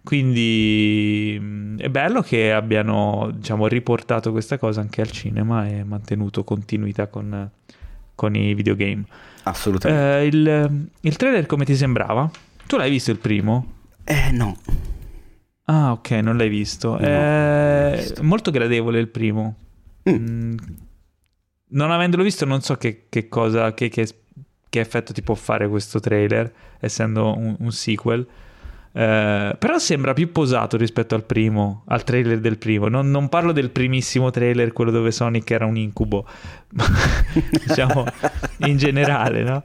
Quindi mh, è bello che abbiano, diciamo, riportato questa cosa anche al cinema e mantenuto continuità con, con i videogame. Assolutamente. Eh, il, il trailer come ti sembrava? Tu l'hai visto il primo? Eh no. Ah, ok, non l'hai visto. No, È non l'ho visto. molto gradevole il primo. Mm. Mm, non avendolo visto non so che, che cosa, che, che, che effetto ti può fare questo trailer, essendo un, un sequel. Eh, però sembra più posato rispetto al primo, al trailer del primo. Non, non parlo del primissimo trailer, quello dove Sonic era un incubo, ma diciamo in generale, no?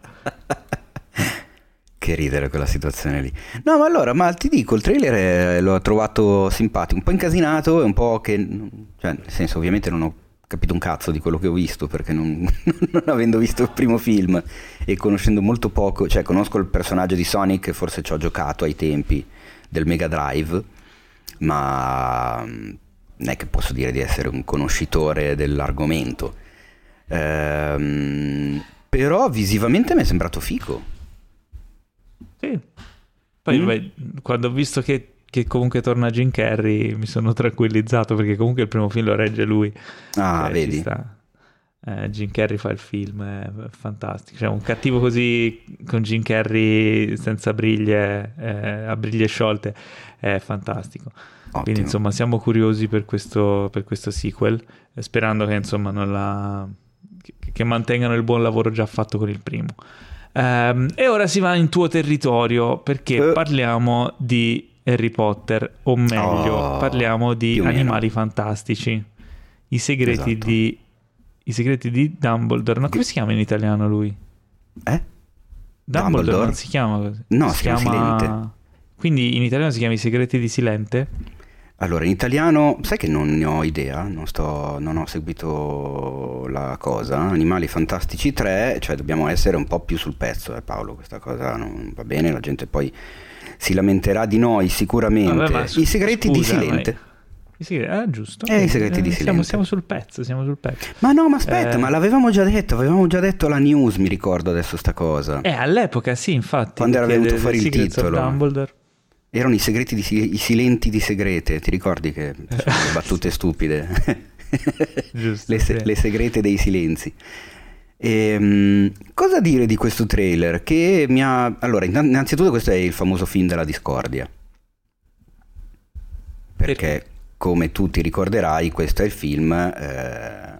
Che ridere quella situazione lì. No, ma allora, ma ti dico, il trailer eh, l'ho trovato simpatico, un po' incasinato e un po' che... Cioè, nel senso, ovviamente non ho capito un cazzo di quello che ho visto, perché non, non avendo visto il primo film e conoscendo molto poco, cioè conosco il personaggio di Sonic, forse ci ho giocato ai tempi del Mega Drive, ma non è che posso dire di essere un conoscitore dell'argomento. Ehm, però visivamente mi è sembrato figo. Sì. Poi Mm. vabbè, quando ho visto che, che comunque torna Jim Carrey mi sono tranquillizzato, perché comunque il primo film lo regge lui. Ah, Cioè, ci vedi? sta. Eh, Jim Carrey fa il film, è fantastico. Cioè, un cattivo così con Jim Carrey senza briglie, eh, a briglie sciolte, è fantastico. Quindi Ottimo. insomma siamo curiosi per questo, per questo sequel, eh, sperando che insomma non la, che, che mantengano il buon lavoro già fatto con il primo. Ehm, e ora si va in tuo territorio, perché Eh. parliamo di Harry Potter, o meglio Oh, parliamo di più o meno. Animali Fantastici, i segreti Esatto. di i segreti di Dumbledore. No, come si chiama in italiano lui? Eh? Dumbledore, Dumbledore? non si chiama così. No, si chiama Silente. Quindi in italiano si chiama I segreti di Silente? Allora, in italiano, sai che non ne ho idea, non, sto, non ho seguito la cosa. Animali Fantastici tre, cioè dobbiamo essere un po' più sul pezzo, eh Paolo, questa cosa non va bene, la gente poi si lamenterà di noi sicuramente. Vabbè, ma scu- I segreti scusa, di Silente. ma- I segreti, ah, giusto. Eh, i segreti di siamo, Silente. siamo sul pezzo, siamo sul pezzo. Ma no, ma aspetta, Eh. ma l'avevamo già detto, avevamo già detto alla news, mi ricordo adesso sta cosa. Eh, all'epoca sì, infatti. Quando era perché venuto The- fuori The il Secrets of titolo. Dumbledore. Erano i segreti di si- i silenti di segrete, ti ricordi che sono le battute stupide? Giusto, le, se- sì. le segrete dei silenzi. Ehm, cosa dire di questo trailer? Che mi ha... Allora, innan- innanzitutto questo è il famoso film della discordia. Perché, Perché? come tu ti ricorderai, questo è il film eh,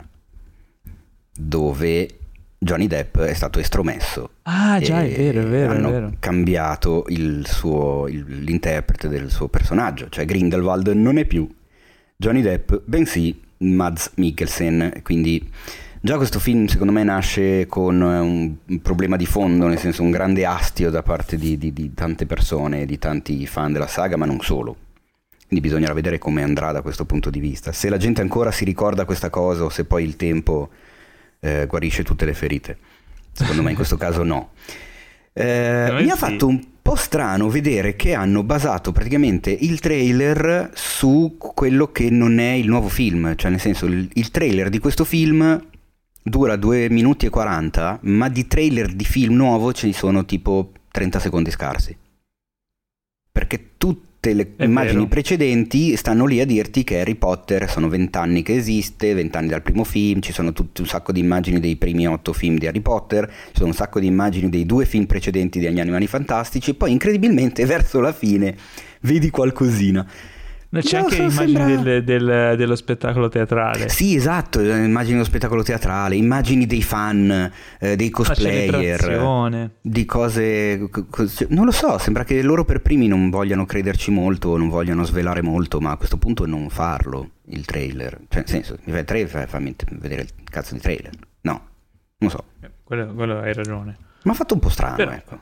dove Johnny Depp è stato estromesso. Ah, già, è e vero, è vero, è hanno vero. cambiato il suo, il- l'interprete del suo personaggio, cioè Grindelwald non è più Johnny Depp, bensì Mads Mikkelsen. Quindi già questo film secondo me nasce con un, un problema di fondo, nel senso un grande astio da parte di, di- di tante persone, di tanti fan della saga, ma non solo. Quindi bisognerà vedere come andrà da questo punto di vista, se la gente ancora si ricorda questa cosa o se poi il tempo eh, guarisce tutte le ferite. Secondo me in questo caso no. Eh, mi sì. ha fatto un po' strano vedere che hanno basato praticamente il trailer su quello che non è il nuovo film, cioè nel senso il, il trailer di questo film dura due minuti e quaranta, ma di trailer di film nuovo ce ne sono tipo trenta secondi scarsi, perché tutte le È immagini vero. precedenti stanno lì a dirti che Harry Potter sono vent'anni che esiste, vent'anni dal primo film, ci sono tutti un sacco di immagini dei primi otto film di Harry Potter, ci sono un sacco di immagini dei due film precedenti degli Animali Fantastici, e poi incredibilmente verso la fine vedi qualcosina. C'è Non anche so, immagini sembra- del- del- dello spettacolo teatrale. Sì, esatto, immagini dello spettacolo teatrale, immagini dei fan, eh, dei La cosplayer, celebrazione. di cose, co- co- non lo so, sembra che loro per primi non vogliano crederci molto, non vogliano svelare molto, ma a questo punto non farlo, il trailer, cioè nel senso, mi fai il trailer, fai- fammi vedere il cazzo di trailer, no, non so, Quello, quello hai ragione. mi ha fatto un po' strano, Però- ecco.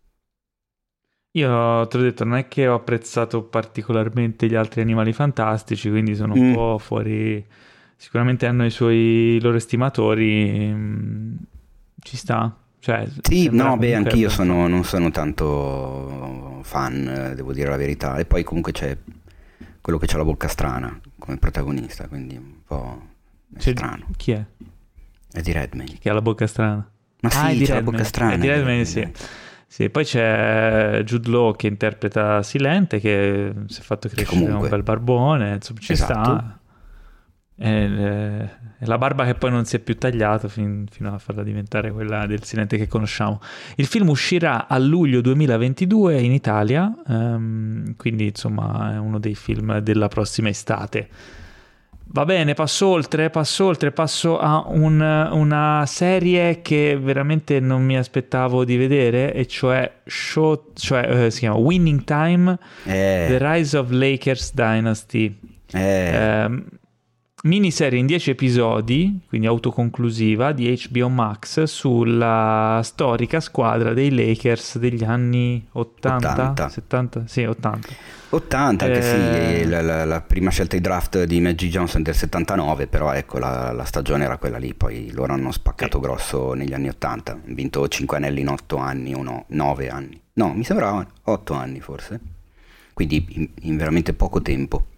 Io te l'ho detto, non è che ho apprezzato particolarmente gli altri Animali Fantastici, quindi sono un Mm. po' fuori. Sicuramente hanno i suoi i loro estimatori. mm, Ci sta. Cioè, Sì, sembra no, beh, comunque anch'io ben sono, non sono tanto fan, eh, devo dire la verità, e poi comunque c'è quello che c'ha la bocca strana come protagonista, quindi un po' è C'è- strano, Chi è? è di Redmayne. Che ha la bocca strana. Ma Ah, è sì, di c'ha la Redmayne. bocca strana. È di è di Redmayne, sì. Redmayne. Sì, poi c'è Jude Law che interpreta Silente, che si è fatto crescere comunque- un bel barbone, insomma ci Esatto. sta. È, è la barba che poi non si è più tagliata fin- fino a farla diventare quella del Silente che conosciamo. Il film uscirà a luglio duemilaventidue in Italia, ehm, quindi insomma è uno dei film della prossima estate. Va bene, passo oltre, passo oltre, passo a un- una serie che veramente non mi aspettavo di vedere, e cioè, show, cioè eh, si chiama Winning Time, The Eh, Rise of Lakers Dynasty. eh, Ehm, miniserie in dieci episodi, quindi autoconclusiva, di H B O Max sulla storica squadra dei Lakers degli anni ottanta, ottanta. settanta, sì, ottanta. ottanta, anche Eh, sì, la, la- la prima scelta di draft di Magic Johnson del settantanove, però ecco, la, la stagione era quella lì, poi loro hanno spaccato Sì. grosso negli anni ottanta, hanno vinto cinque anelli in otto anni o no, nove anni, no, mi sembrava otto anni forse, quindi in, in veramente poco tempo.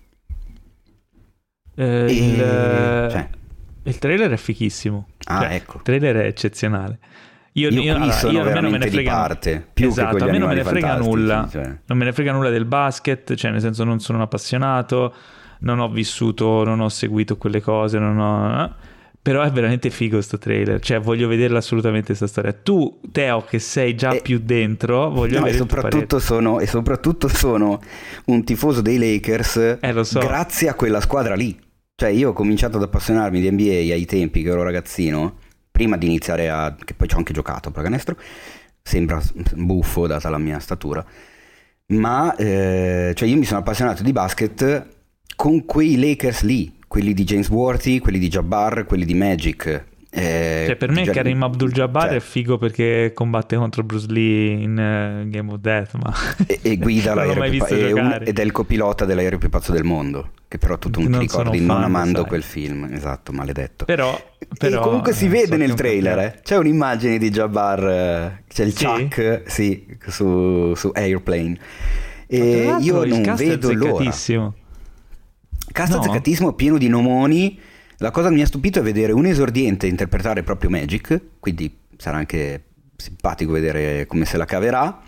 Eh, E- il, cioè, il trailer è fichissimo. Ah, Cioè, ecco. Il trailer è eccezionale. Io, Io qui allora, sono io almeno me veramente ne di frega parte, più che esatto, con gli a me non me ne Animali frega Fantastici, nulla. cioè. Non me ne frega nulla del basket, cioè nel senso non sono un appassionato, non ho vissuto, non ho seguito quelle cose, non ho... eh. Però è veramente figo sto trailer, cioè voglio vederla assolutamente sta storia. Tu, Teo, che sei già E- più dentro, voglio No, e vedere il tuo parere. soprattutto, sono, e soprattutto sono un tifoso dei Lakers Eh, lo so. grazie a quella squadra lì. Cioè io ho cominciato ad appassionarmi di N B A ai tempi che ero ragazzino, prima di iniziare a... che poi ci ho anche giocato a pallacanestro, sembra buffo data la mia statura, ma eh, cioè io mi sono appassionato di basket con quei Lakers lì, quelli di James Worthy, quelli di Jabbar, quelli di Magic. Eh, Cioè, per me Già- Kareem Abdul-Jabbar cioè, è figo perché combatte contro Bruce Lee in eh, Game of Death, ma e, e guida non l'ho l'aereo mai più pa- visto è un- giocare. ed è il copilota dell'aereo più pazzo del mondo, che però tu non ti Non ricordi sono non fan, amando sai. quel film, esatto, maledetto. Però, però e comunque si eh, vede so che nel è un trailer, campione. eh. C'è un'immagine di Jabbar, eh, c'è il Sì? Chuck, sì, su, su Airplane. Tra E l'altro io il non cast è vedo l'ora. azzeccatissimo. Cast No? azzeccatissimo, pieno di nomoni. La cosa che mi ha stupito è vedere un esordiente interpretare proprio Magic, quindi sarà anche simpatico vedere come se la caverà.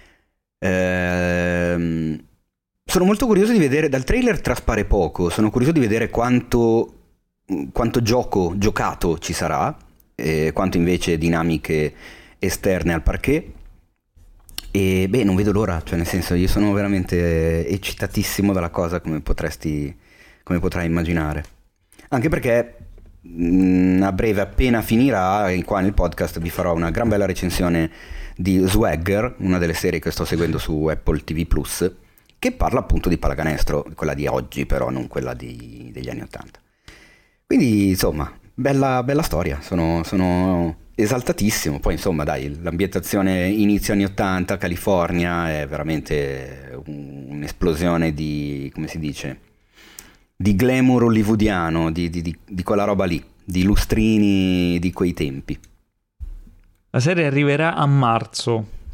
Ehm, sono molto curioso di vedere, dal trailer traspare poco, sono curioso di vedere quanto, quanto gioco giocato ci sarà, e quanto invece dinamiche esterne al parquet. E beh, non vedo l'ora, cioè nel senso io sono veramente eccitatissimo dalla cosa, come potresti, come potrai immaginare. Anche perché mh, a breve, appena finirà, qua nel podcast vi farò una gran bella recensione di Swagger, una delle serie che sto seguendo su Apple T V Plus, che parla appunto di pallacanestro, quella di oggi però, non quella di- degli anni Ottanta. Quindi insomma, bella, bella storia, sono, sono esaltatissimo. Poi insomma dai, l'ambientazione inizio anni Ottanta, California, è veramente un- un'esplosione di, come si dice, di glamour hollywoodiano, di, di- di- di quella roba lì, di lustrini di quei tempi. La serie arriverà a marzo.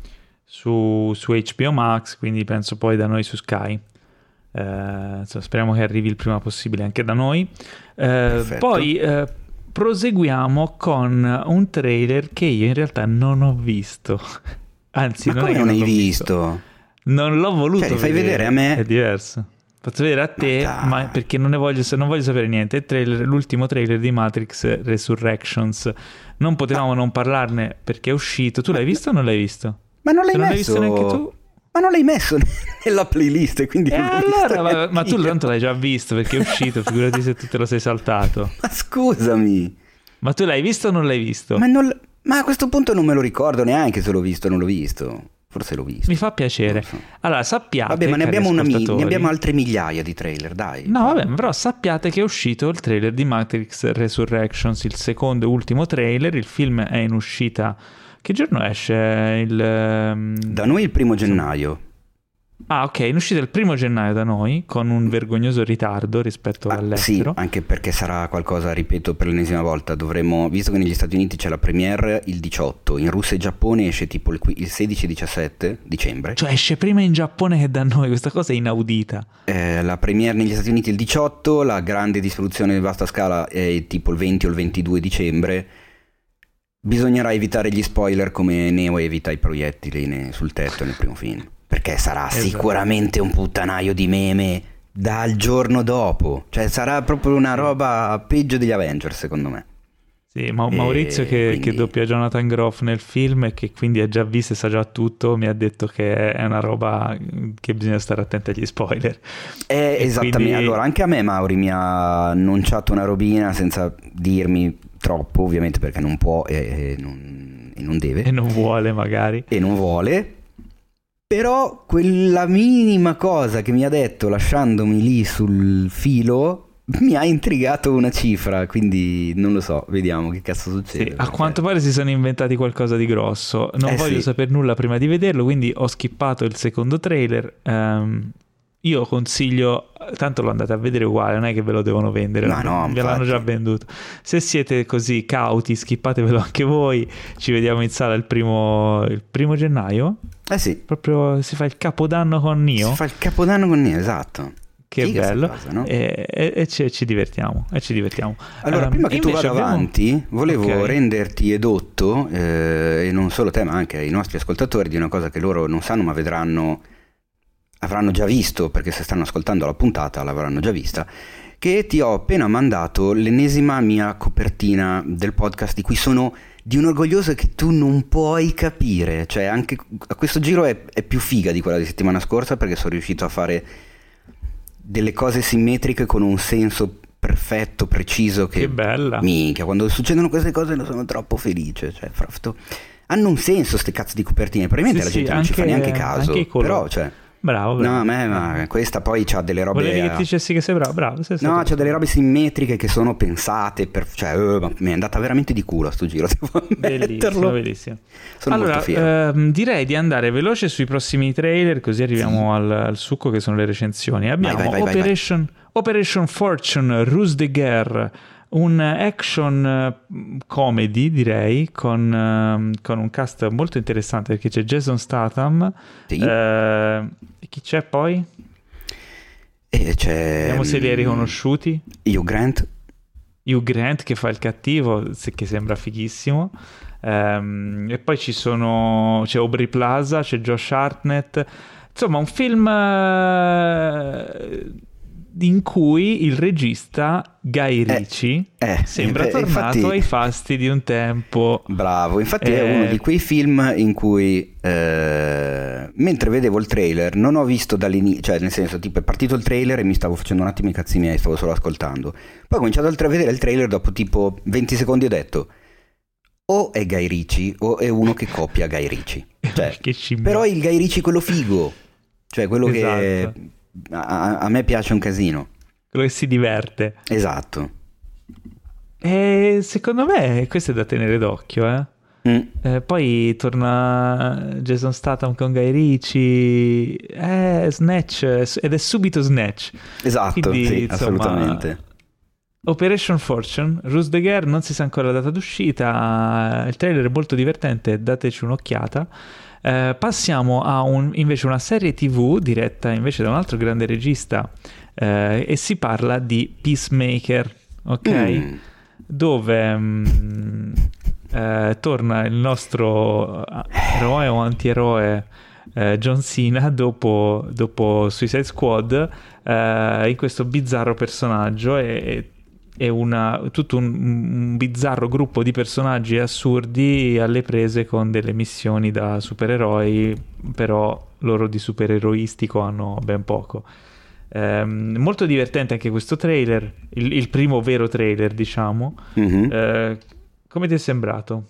su, su H B O Max, quindi penso poi da noi su Sky. Eh, insomma, speriamo che arrivi il prima possibile anche da noi. Eh, poi eh, proseguiamo con un trailer che io in realtà non ho visto. Anzi, Ma non come è che non hai l'ho visto? Non l'ho voluto Cioè, li fai vedere. vedere a me? È diverso. Faccio vedere a te, ma, ma perché non ne voglio, non voglio sapere niente. Il trailer, l'ultimo trailer di Matrix Resurrections. Non potevamo ma... non parlarne perché è uscito. Tu l'hai visto o non l'hai visto? Ma non l'hai Se messo? Non l'hai visto neanche tu? Ma non l'hai messo nella playlist, quindi... E allora, ma, ma tu tanto l'hai già visto perché è uscito, figurati se tu te lo sei saltato. Ma scusami. Ma tu l'hai visto o non l'hai visto? Ma, non, ma a questo punto non me lo ricordo neanche se l'ho visto o non l'ho visto. Forse l'ho visto. Mi fa piacere. So. Allora, sappiate... Vabbè, ma ne abbiamo, una mi- ne abbiamo altre migliaia migliaia di trailer, dai. No, vabbè, però sappiate che è uscito il trailer di Matrix Resurrections, il secondo e ultimo trailer. Il film è in uscita... Che giorno esce? Il... Da noi il primo gennaio. Ah, ok, in uscita il primo gennaio da noi, con un vergognoso ritardo rispetto ah, all'estero. Sì, anche perché sarà qualcosa, ripeto per l'ennesima volta, dovremmo, visto che negli Stati Uniti c'è la premiere il diciotto, in Russia e Giappone esce tipo il, il sedici diciassette dicembre. Cioè esce prima in Giappone che da noi, questa cosa è inaudita. Eh, la premiere negli Stati Uniti il diciotto, la grande distribuzione di vasta scala è tipo il venti o il ventidue dicembre. Bisognerà evitare gli spoiler come Neo evita i proiettili ne, sul tetto nel primo film. Perché sarà esatto. sicuramente un puttanaio di meme dal giorno dopo. Cioè sarà proprio una roba peggio degli Avengers, secondo me. Sì, ma Maurizio che, quindi... che doppia Jonathan Groff nel film e che quindi ha già visto e sa già tutto, mi ha detto che è una roba che bisogna stare attenti agli spoiler. Eh, esattamente. Quindi... Allora, anche a me Mauri mi ha annunciato una robina senza dirmi troppo, ovviamente perché non può e, e, non, e non deve. E non vuole magari. E non vuole. Però quella minima cosa che mi ha detto lasciandomi lì sul filo mi ha intrigato una cifra, quindi non lo so, vediamo che cazzo succede. Sì, a quanto pare si sono inventati qualcosa di grosso. Non eh voglio sì. sapere nulla prima di vederlo, quindi ho skippato il secondo trailer. Um, io consiglio, tanto lo andate a vedere uguale, non è che ve lo devono vendere, no, no, ve infatti. l'hanno già venduto. Se siete così cauti, skippatevelo anche voi. Ci vediamo in sala il primo, il primo gennaio. Eh sì. Proprio si fa il capodanno con Neo. Si fa il capodanno con Neo, esatto. Che Figa bello, cosa, no? e, e, e ci, ci divertiamo e ci divertiamo. Allora, um, prima che tu vada abbiamo... avanti, volevo okay. renderti edotto, eh, e non solo te, ma anche ai nostri ascoltatori, di una cosa che loro non sanno, ma vedranno, avranno già visto, perché se stanno ascoltando la puntata l'avranno già vista, che ti ho appena mandato l'ennesima mia copertina del podcast, di cui sono di un orgoglioso che tu non puoi capire. Cioè, anche a questo giro è, è più figa di quella di settimana scorsa, perché sono riuscito a fare delle cose simmetriche con un senso perfetto, preciso, che, che bella. Minchia, quando succedono queste cose ne sono troppo felice. Cioè, frafto, hanno un senso ste cazzo di copertine, probabilmente sì, la gente sì, non anche, ci fa neanche caso, però cioè bravo, bravo. No, a me, ma questa poi c'ha delle robe. Volevi che ti dicessi che sei bravo, bravo. Sei no, c'ha delle robe simmetriche che sono pensate per, cioè, uh, ma mi è andata veramente di culo a sto giro. Devo bellissimo, bellissimo. Sono allora, molto fiero. Ehm, direi di andare veloce sui prossimi trailer, così arriviamo sì. al, al succo che sono le recensioni. Abbiamo vai, vai, vai, Operation, vai, vai. Operation Fortune, Ruse de Guerre, un action comedy direi con, con un cast molto interessante perché c'è Jason Statham, sì. eh, chi c'è poi? E c'è vediamo se li hai riconosciuti. Hugh Grant Hugh Grant che fa il cattivo, che sembra fighissimo, um, e poi ci sono c'è Aubrey Plaza, c'è Josh Hartnett, insomma un film uh, in cui il regista Guy Ritchie eh, eh, sembra eh, tornato infatti, ai fasti di un tempo. Bravo, infatti eh, è uno di quei film in cui eh, mentre vedevo il trailer non ho visto dall'inizio, cioè nel senso tipo è partito il trailer e mi stavo facendo un attimo i cazzi miei, stavo solo ascoltando, poi ho cominciato a vedere il trailer, dopo tipo venti secondi ho detto o è Guy Ritchie o è uno che copia Guy Ritchie, cioè, che però il Guy Ritchie quello figo, cioè quello esatto. che A, a me piace un casino, quello che si diverte, esatto, e secondo me questo è da tenere d'occhio, eh? Mm. Eh, poi torna Jason Statham con Guy Ritchie, eh, Snatch, ed è subito Snatch, esatto. Quindi, sì, insomma, assolutamente Operation Fortune, Ruse de Guerre, non si sa ancora la data d'uscita, il trailer è molto divertente, dateci un'occhiata. Eh, passiamo a un, invece una serie tv diretta invece da un altro grande regista, eh, e si parla di Peacemaker, ok? Mm. Dove mh, eh, torna il nostro eroe o antieroe eh, John Cena dopo, dopo Suicide Squad, eh, in questo bizzarro personaggio e è una, tutto un, un bizzarro gruppo di personaggi assurdi alle prese con delle missioni da supereroi, però loro di supereroistico hanno ben poco. Ehm, molto divertente anche questo trailer, il, il primo vero trailer, diciamo. Mm-hmm. Eh, come ti è sembrato?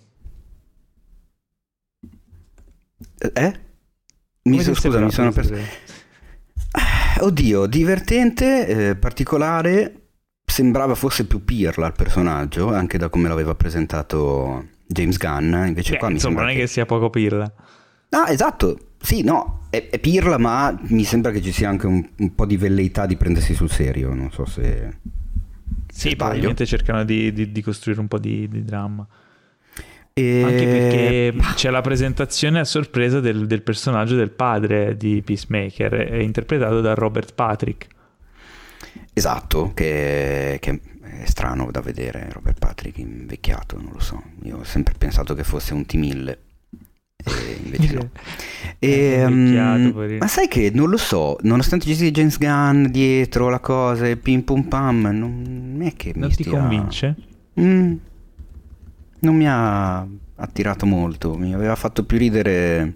Eh? Mi so, scusa, mi sono perso. Oddio, divertente, eh, particolare. Sembrava fosse più pirla il personaggio, anche da come l'aveva presentato James Gunn. Invece Beh, qua mi insomma, sembra non è che... che sia poco pirla. Ah, esatto. Sì, no, è, è pirla, ma mi sembra che ci sia anche un, un po' di velleità di prendersi sul serio. Non so se... Sì, se probabilmente cercano di, di, di costruire un po' di, di dramma. E... Anche perché c'è la presentazione a sorpresa del, del personaggio del padre di Peacemaker, è interpretato da Robert Patrick. Esatto, che, che è strano da vedere Robert Patrick invecchiato, non lo so. Io ho sempre pensato che fosse un T mille, e invece no. E, um, ma sai che non lo so, nonostante ci sia James Gunn dietro la cosa e pim pum pam, non è che non mi ti stia... convince? Mm, non mi ha attirato molto, mi aveva fatto più ridere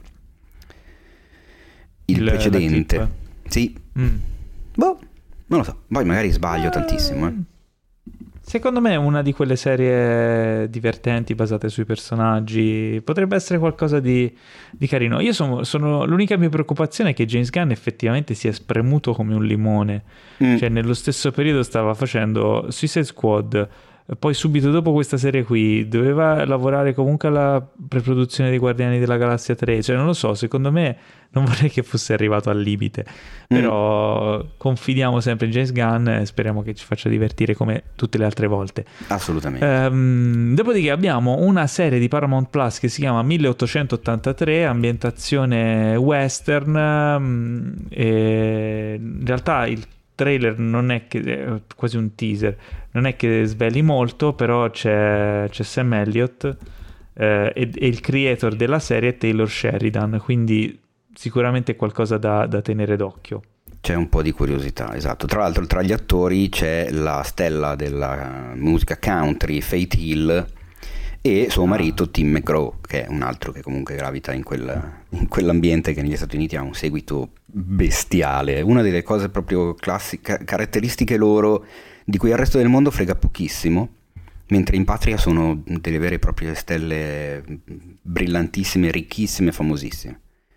il, il precedente. Sì. Mm. Boh. Non lo so, poi magari sbaglio eh, tantissimo. Eh. Secondo me è una di quelle serie divertenti basate sui personaggi. Potrebbe essere qualcosa di, di carino. Io sono, sono l'unica mia preoccupazione è che James Gunn effettivamente si è spremuto come un limone. Mm. Cioè nello stesso periodo stava facendo Suicide Squad, poi subito dopo questa serie qui doveva lavorare comunque alla preproduzione dei Guardiani della Galassia tre. Cioè non lo so, secondo me non vorrei che fosse arrivato al limite, però mm. confidiamo sempre in James Gunn e speriamo che ci faccia divertire come tutte le altre volte. Assolutamente. Ehm, dopodiché abbiamo una serie di Paramount Plus che si chiama milleottocentottantatré, ambientazione western, e in realtà il trailer non è che è quasi un teaser, non è che sveli molto, però c'è, c'è Sam Elliott eh, e, e il creator della serie è Taylor Sheridan, quindi sicuramente è qualcosa da, da tenere d'occhio. C'è un po' di curiosità, esatto. Tra l'altro tra gli attori c'è la stella della musica country Faith Hill e suo marito Tim McGraw, che è un altro che comunque gravita in, quel, in quell'ambiente che negli Stati Uniti ha un seguito bestiale. Una delle cose proprio classiche, caratteristiche loro, di cui il resto del mondo frega pochissimo, mentre in patria sono delle vere e proprie stelle brillantissime, ricchissime, famosissime.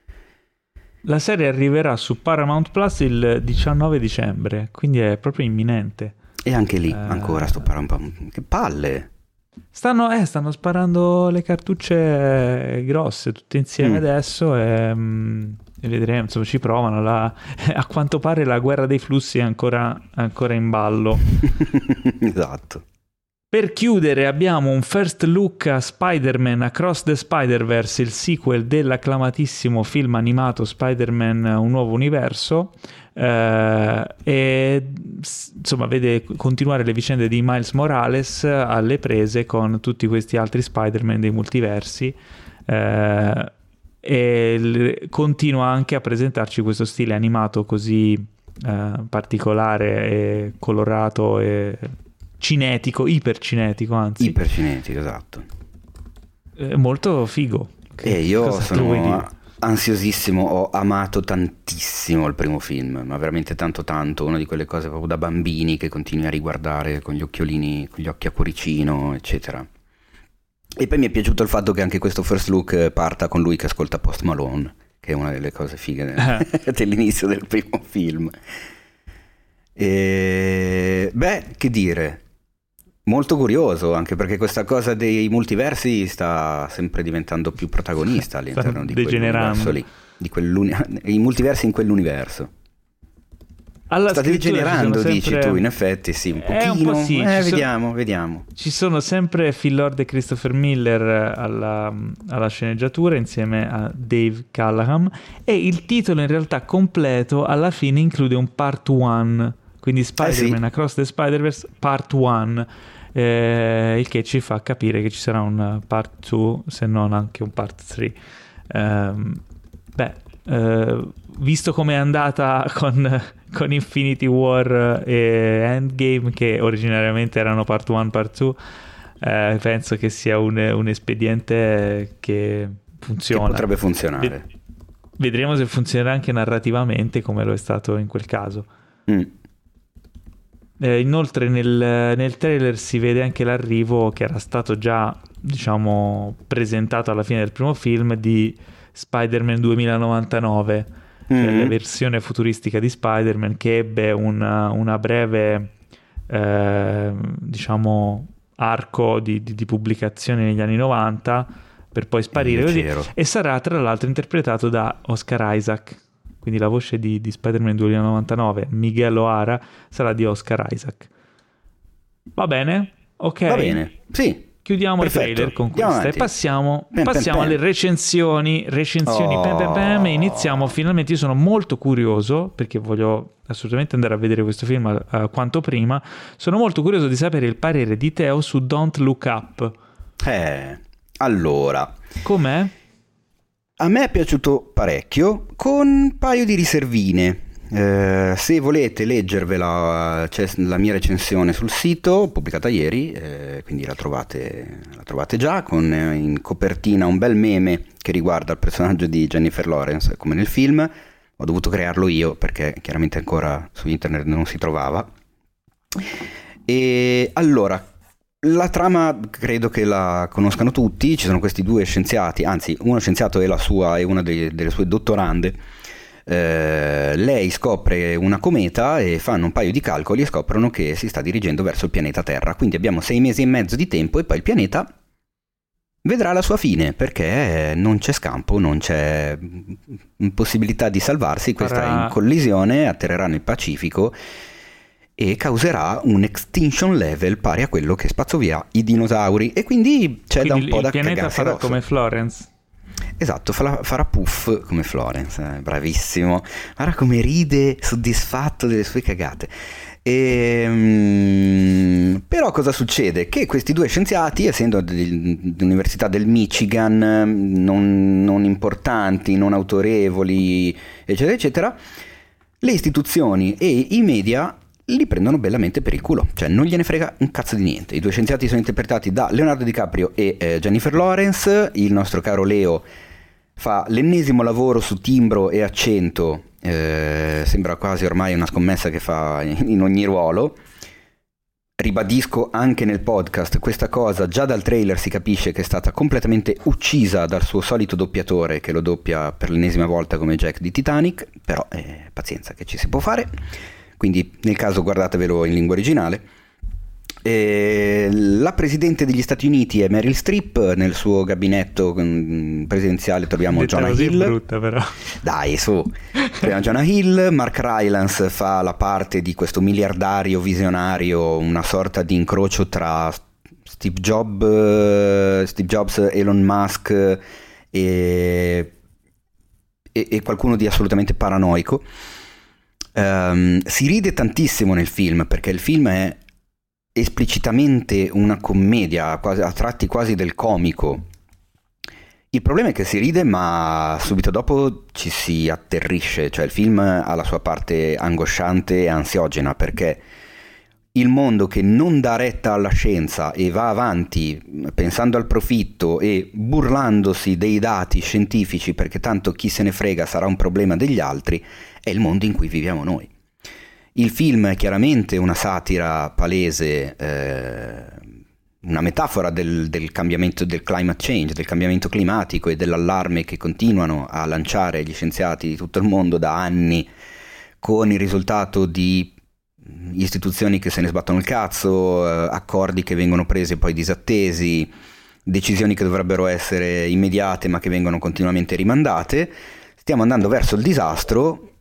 La serie arriverà su Paramount Plus il diciannove dicembre, quindi è proprio imminente. E anche lì, eh... ancora sto parlando, che palle! Stanno, eh, stanno sparando le cartucce grosse tutte insieme mm. adesso e, mm, e vedremo, insomma ci provano. La, a quanto pare la guerra dei flussi è ancora, ancora in ballo. Esatto. Per chiudere abbiamo un first look a Spider-Man Across the Spider-Verse, il sequel dell'acclamatissimo film animato Spider-Man Un Nuovo Universo, eh, e insomma vede continuare le vicende di Miles Morales alle prese con tutti questi altri Spider-Man dei multiversi, eh, e l- continua anche a presentarci questo stile animato così eh, particolare e colorato e cinetico, ipercinetico anzi. Ipercinetico, esatto. È molto figo. E eh, io sono ansiosissimo, ho amato tantissimo il primo film, ma veramente tanto tanto, una di quelle cose proprio da bambini che continui a riguardare con gli occhiolini, con gli occhi a cuoricino, eccetera. E poi mi è piaciuto il fatto che anche questo first look parta con lui che ascolta Post Malone, che è una delle cose fighe del, dell'inizio del primo film. E beh, che dire, molto curioso, anche perché questa cosa dei multiversi sta sempre diventando più protagonista all'interno di quell'universo lì, di quell'uni- i multiversi in quell'universo. Alla Sta scrittura ci degenerando, sono dici sempre- tu, in effetti, sì, un Eh, pochino. un po' sì, Eh, ci sono- vediamo, vediamo. Ci sono sempre Phil Lord e Christopher Miller alla, alla sceneggiatura insieme a Dave Callaham, e il titolo in realtà completo alla fine include un part one, quindi Spider-Man Eh sì. Across the Spider-Verse part one, eh, il che ci fa capire che ci sarà un part due, se non anche un part tre. Ehm, beh, eh, visto come è andata con, con Infinity War e Endgame, che originariamente erano part one, part due, eh, penso che sia un, un espediente che funziona. Che potrebbe funzionare. Ve- vedremo se funzionerà anche narrativamente come lo è stato in quel caso. Mm. Eh, inoltre nel, nel trailer si vede anche l'arrivo, che era stato già, diciamo, presentato alla fine del primo film, di Spider-Man duemilanovantanove, cioè Mhm. la versione futuristica di Spider-Man, che ebbe una, una breve, eh, diciamo, arco di, di- di pubblicazione negli anni novanta, per poi sparire così, Leggero. e sarà tra l'altro interpretato da Oscar Isaac. Quindi la voce di, di Spider-Man duemilanovantanove, Miguel O'Hara, sarà di Oscar Isaac. Va bene? Ok. Va bene, sì. Chiudiamo Perfetto. il trailer con Andiamo questa e avanti. passiamo, Pem, pem, passiamo pem. alle recensioni. Recensioni, Oh. pem, pem, pem, e iniziamo finalmente. Io sono molto curioso, perché voglio assolutamente andare a vedere questo film eh, quanto prima. Sono molto curioso di sapere il parere di Teo su Don't Look Up. Eh, allora, Com'è? a me è piaciuto parecchio, con un paio di riservine. Eh, se volete leggervela, c'è la mia recensione sul sito, pubblicata ieri, eh, quindi la trovate, la trovate già, con eh, in copertina un bel meme che riguarda il personaggio di Jennifer Lawrence, come nel film. Ho dovuto crearlo io perché chiaramente ancora su internet non si trovava. E allora, la trama credo che la conoscano tutti. Ci sono questi due scienziati, anzi uno scienziato e la sua e una dei- delle sue dottorande. Eh, lei scopre una cometa e fanno un paio di calcoli e scoprono che si sta dirigendo verso il pianeta Terra. Quindi abbiamo sei mesi e mezzo di tempo e poi il pianeta vedrà la sua fine, perché non c'è scampo, non c'è mm, possibilità di salvarsi. Questa Farà- è in collisione, atterrerà nel Pacifico e causerà un extinction level pari a quello che spazzo via i dinosauri, e quindi c'è da Quindi un po' il da pianeta cagarsi farà addosso. come Florence. Esatto, farà, farà puff come Florence, eh, bravissimo. Guarda come ride soddisfatto delle sue cagate. Ehm, però cosa succede? Che questi due scienziati, essendo dell'Università del Michigan, non, non importanti, non autorevoli, eccetera, eccetera, le istituzioni e i media li prendono bellamente per il culo, cioè non gliene frega un cazzo di niente. I due scienziati sono interpretati da Leonardo DiCaprio e eh, Jennifer Lawrence. Il nostro caro Leo fa l'ennesimo lavoro su timbro e accento, eh, sembra quasi ormai una scommessa che fa in ogni ruolo. Ribadisco anche nel podcast questa cosa, già dal trailer si capisce che è stata completamente uccisa dal suo solito doppiatore che lo doppia per l'ennesima volta come Jack di Titanic, però eh, pazienza, che ci si può fare. Quindi nel caso guardatevelo in lingua originale. E la presidente degli Stati Uniti è Meryl Streep. Nel suo gabinetto mm, presidenziale troviamo Detta Jonah così è Hill. brutta, però. Dai, su. Troviamo Jonah Hill. Mark Rylance fa la parte di questo miliardario visionario, una sorta di incrocio tra Steve Jobs, Steve Jobs, Elon Musk e, e, e qualcuno di assolutamente paranoico. Um, si ride tantissimo nel film, perché il film è esplicitamente una commedia, quasi, a tratti quasi del comico. Il problema è che si ride, ma subito dopo ci si atterrisce, cioè il film ha la sua parte angosciante e ansiogena, perché il mondo che non dà retta alla scienza e va avanti pensando al profitto e burlandosi dei dati scientifici, perché tanto chi se ne frega, sarà un problema degli altri, è il mondo in cui viviamo noi. Il film è chiaramente una satira palese, eh, una metafora del, del cambiamento, del climate change, del cambiamento climatico e dell'allarme che continuano a lanciare gli scienziati di tutto il mondo da anni, con il risultato di istituzioni che se ne sbattono il cazzo, eh, accordi che vengono presi e poi disattesi, decisioni che dovrebbero essere immediate ma che vengono continuamente rimandate. Stiamo andando verso il disastro,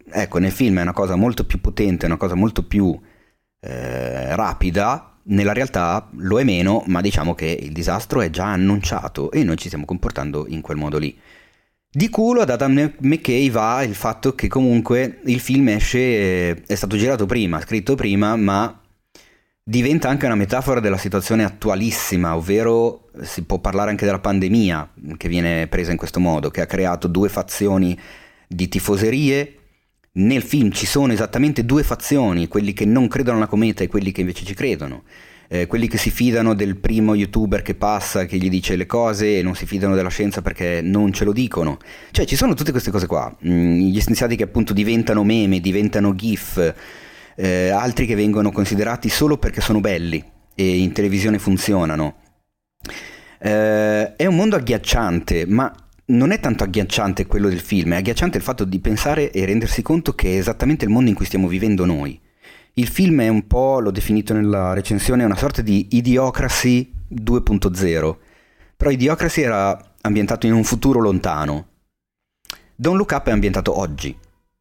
ecco, nel film è una cosa molto più potente, una cosa molto più eh, rapida, nella realtà lo è meno, ma diciamo che il disastro è già annunciato e noi ci stiamo comportando in quel modo lì. Di culo ad Adam McKay va il fatto che comunque il film esce, è stato girato prima, scritto prima, ma diventa anche una metafora della situazione attualissima, ovvero si può parlare anche della pandemia che viene presa in questo modo, che ha creato due fazioni di tifoserie. Nel film ci sono esattamente due fazioni, quelli che non credono alla cometa e quelli che invece ci credono, eh, quelli che si fidano del primo youtuber che passa, che gli dice le cose, e non si fidano della scienza perché non ce lo dicono. Cioè ci sono tutte queste cose qua, mm, gli scienziati che appunto diventano meme, diventano gif, eh, altri che vengono considerati solo perché sono belli e in televisione funzionano. Eh, è un mondo agghiacciante, ma non è tanto agghiacciante quello del film, è agghiacciante il fatto di pensare e rendersi conto che è esattamente il mondo in cui stiamo vivendo noi. Il film è un po', l'ho definito nella recensione, una sorta di Idiocracy due punto zero, però Idiocracy era ambientato in un futuro lontano. Don't Look Up è ambientato oggi.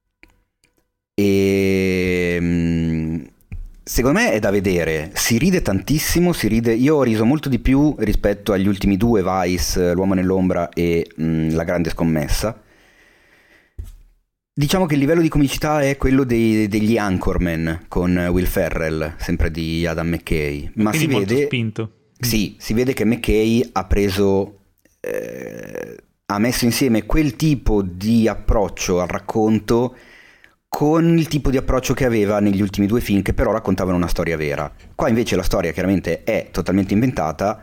E secondo me è da vedere, si ride tantissimo, si ride, io ho riso molto di più rispetto agli ultimi due, Vice, L'uomo nell'ombra e mh, La grande scommessa. Diciamo che il livello di comicità è quello dei, degli Anchorman con Will Ferrell, sempre di Adam McKay, ma Quindi si molto vede, spinto. sì, si vede che McKay ha preso, eh, ha messo insieme quel tipo di approccio al racconto con il tipo di approccio che aveva negli ultimi due film, che però raccontavano una storia vera. Qua invece la storia chiaramente è totalmente inventata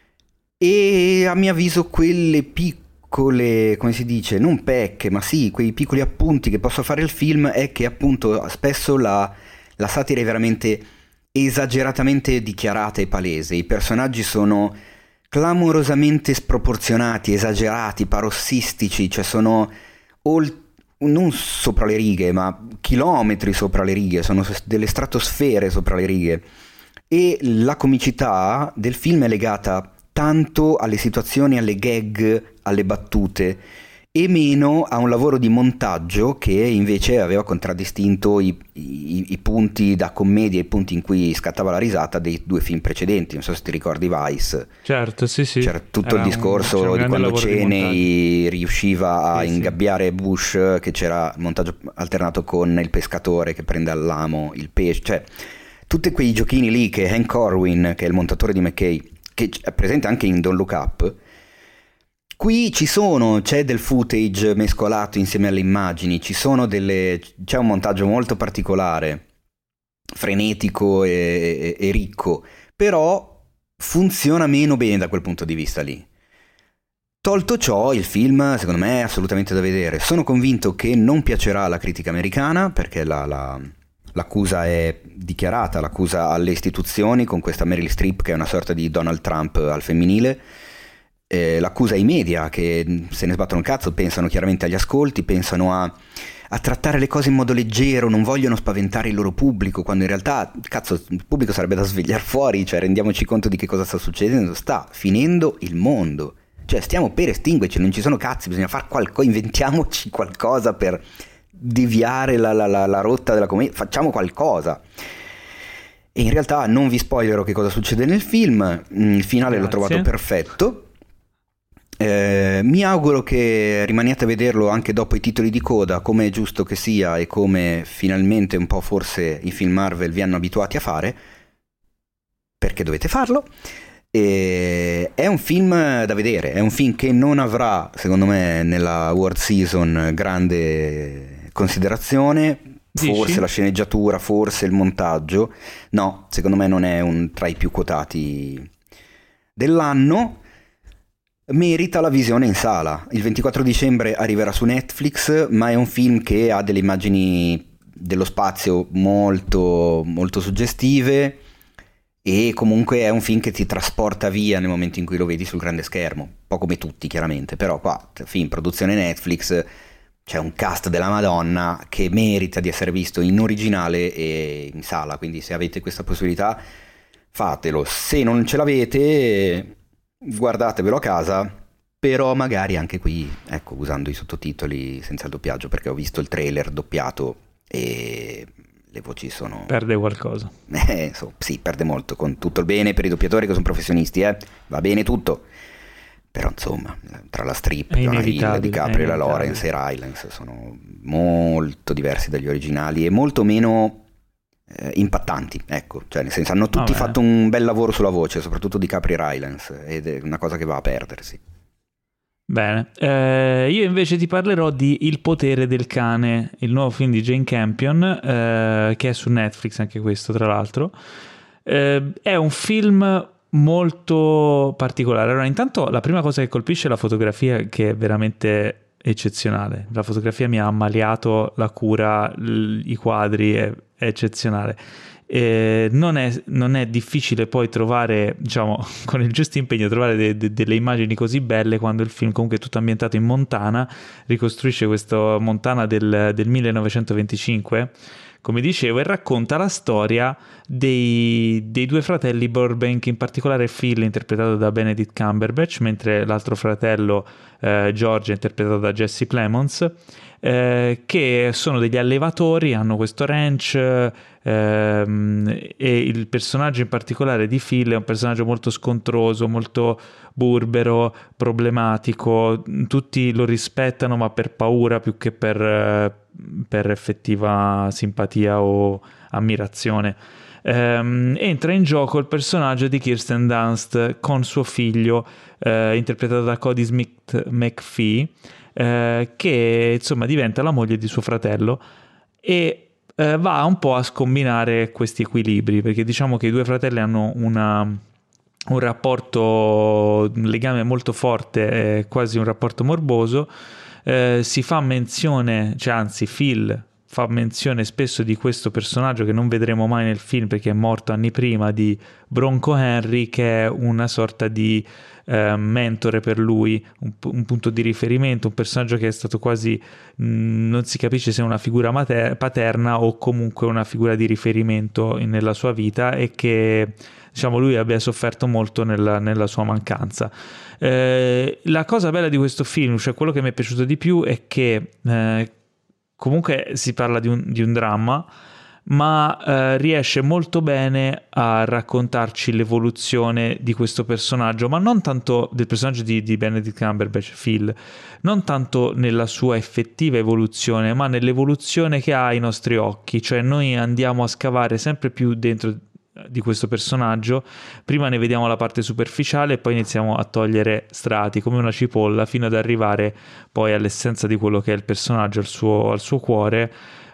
e a mio avviso quelle piccole, come si dice, non pecche, ma sì, quei piccoli appunti che posso fare il film è che appunto spesso la, la satira è veramente esageratamente dichiarata e palese. I personaggi sono clamorosamente sproporzionati, esagerati, parossistici, cioè sono oltre non sopra le righe, ma chilometri sopra le righe, sono delle stratosfere sopra le righe. E la comicità del film è legata tanto alle situazioni, alle gag, alle battute, e meno a un lavoro di montaggio che invece aveva contraddistinto i, i, i punti da commedia, i punti in cui scattava la risata dei due film precedenti. Non so se ti ricordi Vice. Certo, sì, sì. C'era tutto Era il discorso un, di quando di Cheney riusciva a sì, ingabbiare sì. Bush, che c'era il montaggio alternato con il pescatore che prende all'amo il pesce, cioè tutti quei giochini lì che Hank Corwin, che è il montatore di McKay, che è presente anche in Don't Look Up. Qui ci sono, c'è del footage mescolato insieme alle immagini, ci sono delle, c'è un montaggio molto particolare, frenetico e, e, e ricco, però funziona meno bene da quel punto di vista lì. Tolto ciò, il film secondo me è assolutamente da vedere. Sono convinto che non piacerà alla critica americana, perché la, la, l'accusa è dichiarata, l'accusa alle istituzioni con questa Meryl Streep che è una sorta di Donald Trump al femminile. Eh, l'accusa ai media che se ne sbattono il cazzo, pensano chiaramente agli ascolti, pensano a, a trattare le cose in modo leggero, non vogliono spaventare il loro pubblico, quando in realtà cazzo il pubblico sarebbe da svegliare fuori, cioè rendiamoci conto di che cosa sta succedendo, sta finendo il mondo, cioè stiamo per estinguerci, non ci sono cazzi, bisogna fare qualcosa, inventiamoci qualcosa per deviare la, la, la, la rotta della commedia, facciamo qualcosa. E in realtà non vi spoilerò che cosa succede nel film, il finale l'ho trovato perfetto. Eh, mi auguro che rimaniate a vederlo anche dopo i titoli di coda, come è giusto che sia e come finalmente un po' forse i film Marvel vi hanno abituati a fare, perché dovete farlo. E è un film da vedere, è un film che non avrà secondo me nella World Season grande considerazione. Dici? Forse la sceneggiatura, forse il montaggio, no, secondo me non è un tra i più quotati dell'anno. Merita la visione in sala. Il ventiquattro dicembre arriverà su Netflix, ma è un film che ha delle immagini dello spazio molto, molto suggestive e comunque è un film che ti trasporta via nel momento in cui lo vedi sul grande schermo. Un po' come tutti chiaramente, però qua, film, produzione Netflix, c'è un cast della Madonna che merita di essere visto in originale e in sala, quindi se avete questa possibilità fatelo. Se non ce l'avete, guardatevelo a casa però magari anche qui, ecco, usando i sottotitoli senza il doppiaggio, perché ho visto il trailer doppiato e le voci sono... Perde qualcosa. Eh, so, sì, perde molto, con tutto il bene per i doppiatori che sono professionisti, eh, va bene tutto. Però insomma, tra la strip, Jonah Hill, DiCaprio e la Lawrence e Rylance sono molto diversi dagli originali e molto meno eh, impattanti, ecco, cioè nel senso hanno tutti Vabbè. fatto un bel lavoro sulla voce, soprattutto DiCaprio e Rylance, ed è una cosa che va a perdersi. Bene, eh, io invece ti parlerò di Il potere del cane, il nuovo film di Jane Campion, eh, che è su Netflix anche questo tra l'altro. Eh, è un film molto particolare. Allora, intanto la prima cosa che colpisce è la fotografia, che è veramente eccezionale. La fotografia mi ha ammaliato la cura, l- i quadri, è, è eccezionale. Eh, non, è, non è difficile poi trovare, diciamo, con il giusto impegno, trovare de- de- delle immagini così belle quando il film comunque è tutto ambientato in Montana, ricostruisce questa Montana del, del millenovecentoventicinque, come dicevo, e racconta la storia dei, dei due fratelli Burbank, in particolare Phil, interpretato da Benedict Cumberbatch, mentre l'altro fratello eh, George, interpretato da Jesse Plemons, eh, che sono degli allevatori, hanno questo ranch, ehm, e il personaggio in particolare di Phil è un personaggio molto scontroso, molto burbero, problematico, tutti lo rispettano ma per paura più che per, eh, per effettiva simpatia o ammirazione. Um, entra in gioco il personaggio di Kirsten Dunst con suo figlio, eh, interpretato da Cody Smith McPhee, eh, che insomma diventa la moglie di suo fratello e eh, va un po' a scombinare questi equilibri, perché diciamo che i due fratelli hanno una, un rapporto, un legame molto forte, eh, quasi un rapporto morboso. Eh, si fa menzione, cioè anzi Phil fa menzione spesso di questo personaggio che non vedremo mai nel film perché è morto anni prima, di Bronco Henry, che è una sorta di eh, mentore per lui, un, un punto di riferimento, un personaggio che è stato quasi, mh, non si capisce se è una figura mater- paterna o comunque una figura di riferimento in, nella sua vita, e che diciamo lui abbia sofferto molto nella, nella sua mancanza. Eh, la cosa bella di questo film, cioè quello che mi è piaciuto di più, è che eh, comunque si parla di un, di un dramma, ma eh, riesce molto bene a raccontarci l'evoluzione di questo personaggio, ma non tanto del personaggio di, di Benedict Cumberbatch, Phil, non tanto nella sua effettiva evoluzione, ma nell'evoluzione che ha ai nostri occhi. Cioè noi andiamo a scavare sempre più dentro di questo personaggio, prima ne vediamo la parte superficiale e poi iniziamo a togliere strati come una cipolla fino ad arrivare poi all'essenza di quello che è il personaggio, al suo, al suo cuore,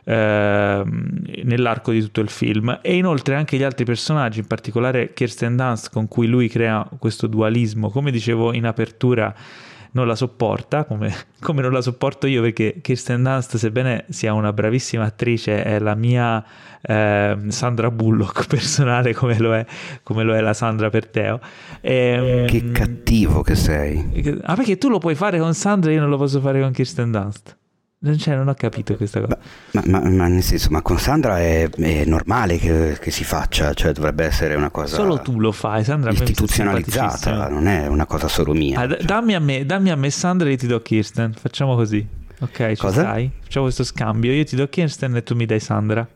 ehm, nell'arco di tutto il film. E inoltre anche gli altri personaggi, in particolare Kirsten Dunst, con cui lui crea questo dualismo, come dicevo in apertura, non la sopporta, come, come non la sopporto io, perché Kirsten Dunst, sebbene sia una bravissima attrice, è la mia eh, Sandra Bullock personale, come lo è, come lo è la Sandra per Teo. E, che cattivo che sei. Ah, perché tu lo puoi fare con Sandra e io non lo posso fare con Kirsten Dunst? Cioè, non ho capito questa cosa. Ma, ma, ma nel senso, ma con Sandra è, è normale che, che si faccia, cioè dovrebbe essere una cosa solo tu lo fai, Sandra, istituzionalizzata, non è una cosa solo mia. Ah, cioè. dammi a me, dammi a me Sandra e io ti do Kirsten, facciamo così. Ok, ci cosa? stai? Facciamo questo scambio, io ti do Kirsten e tu mi dai Sandra.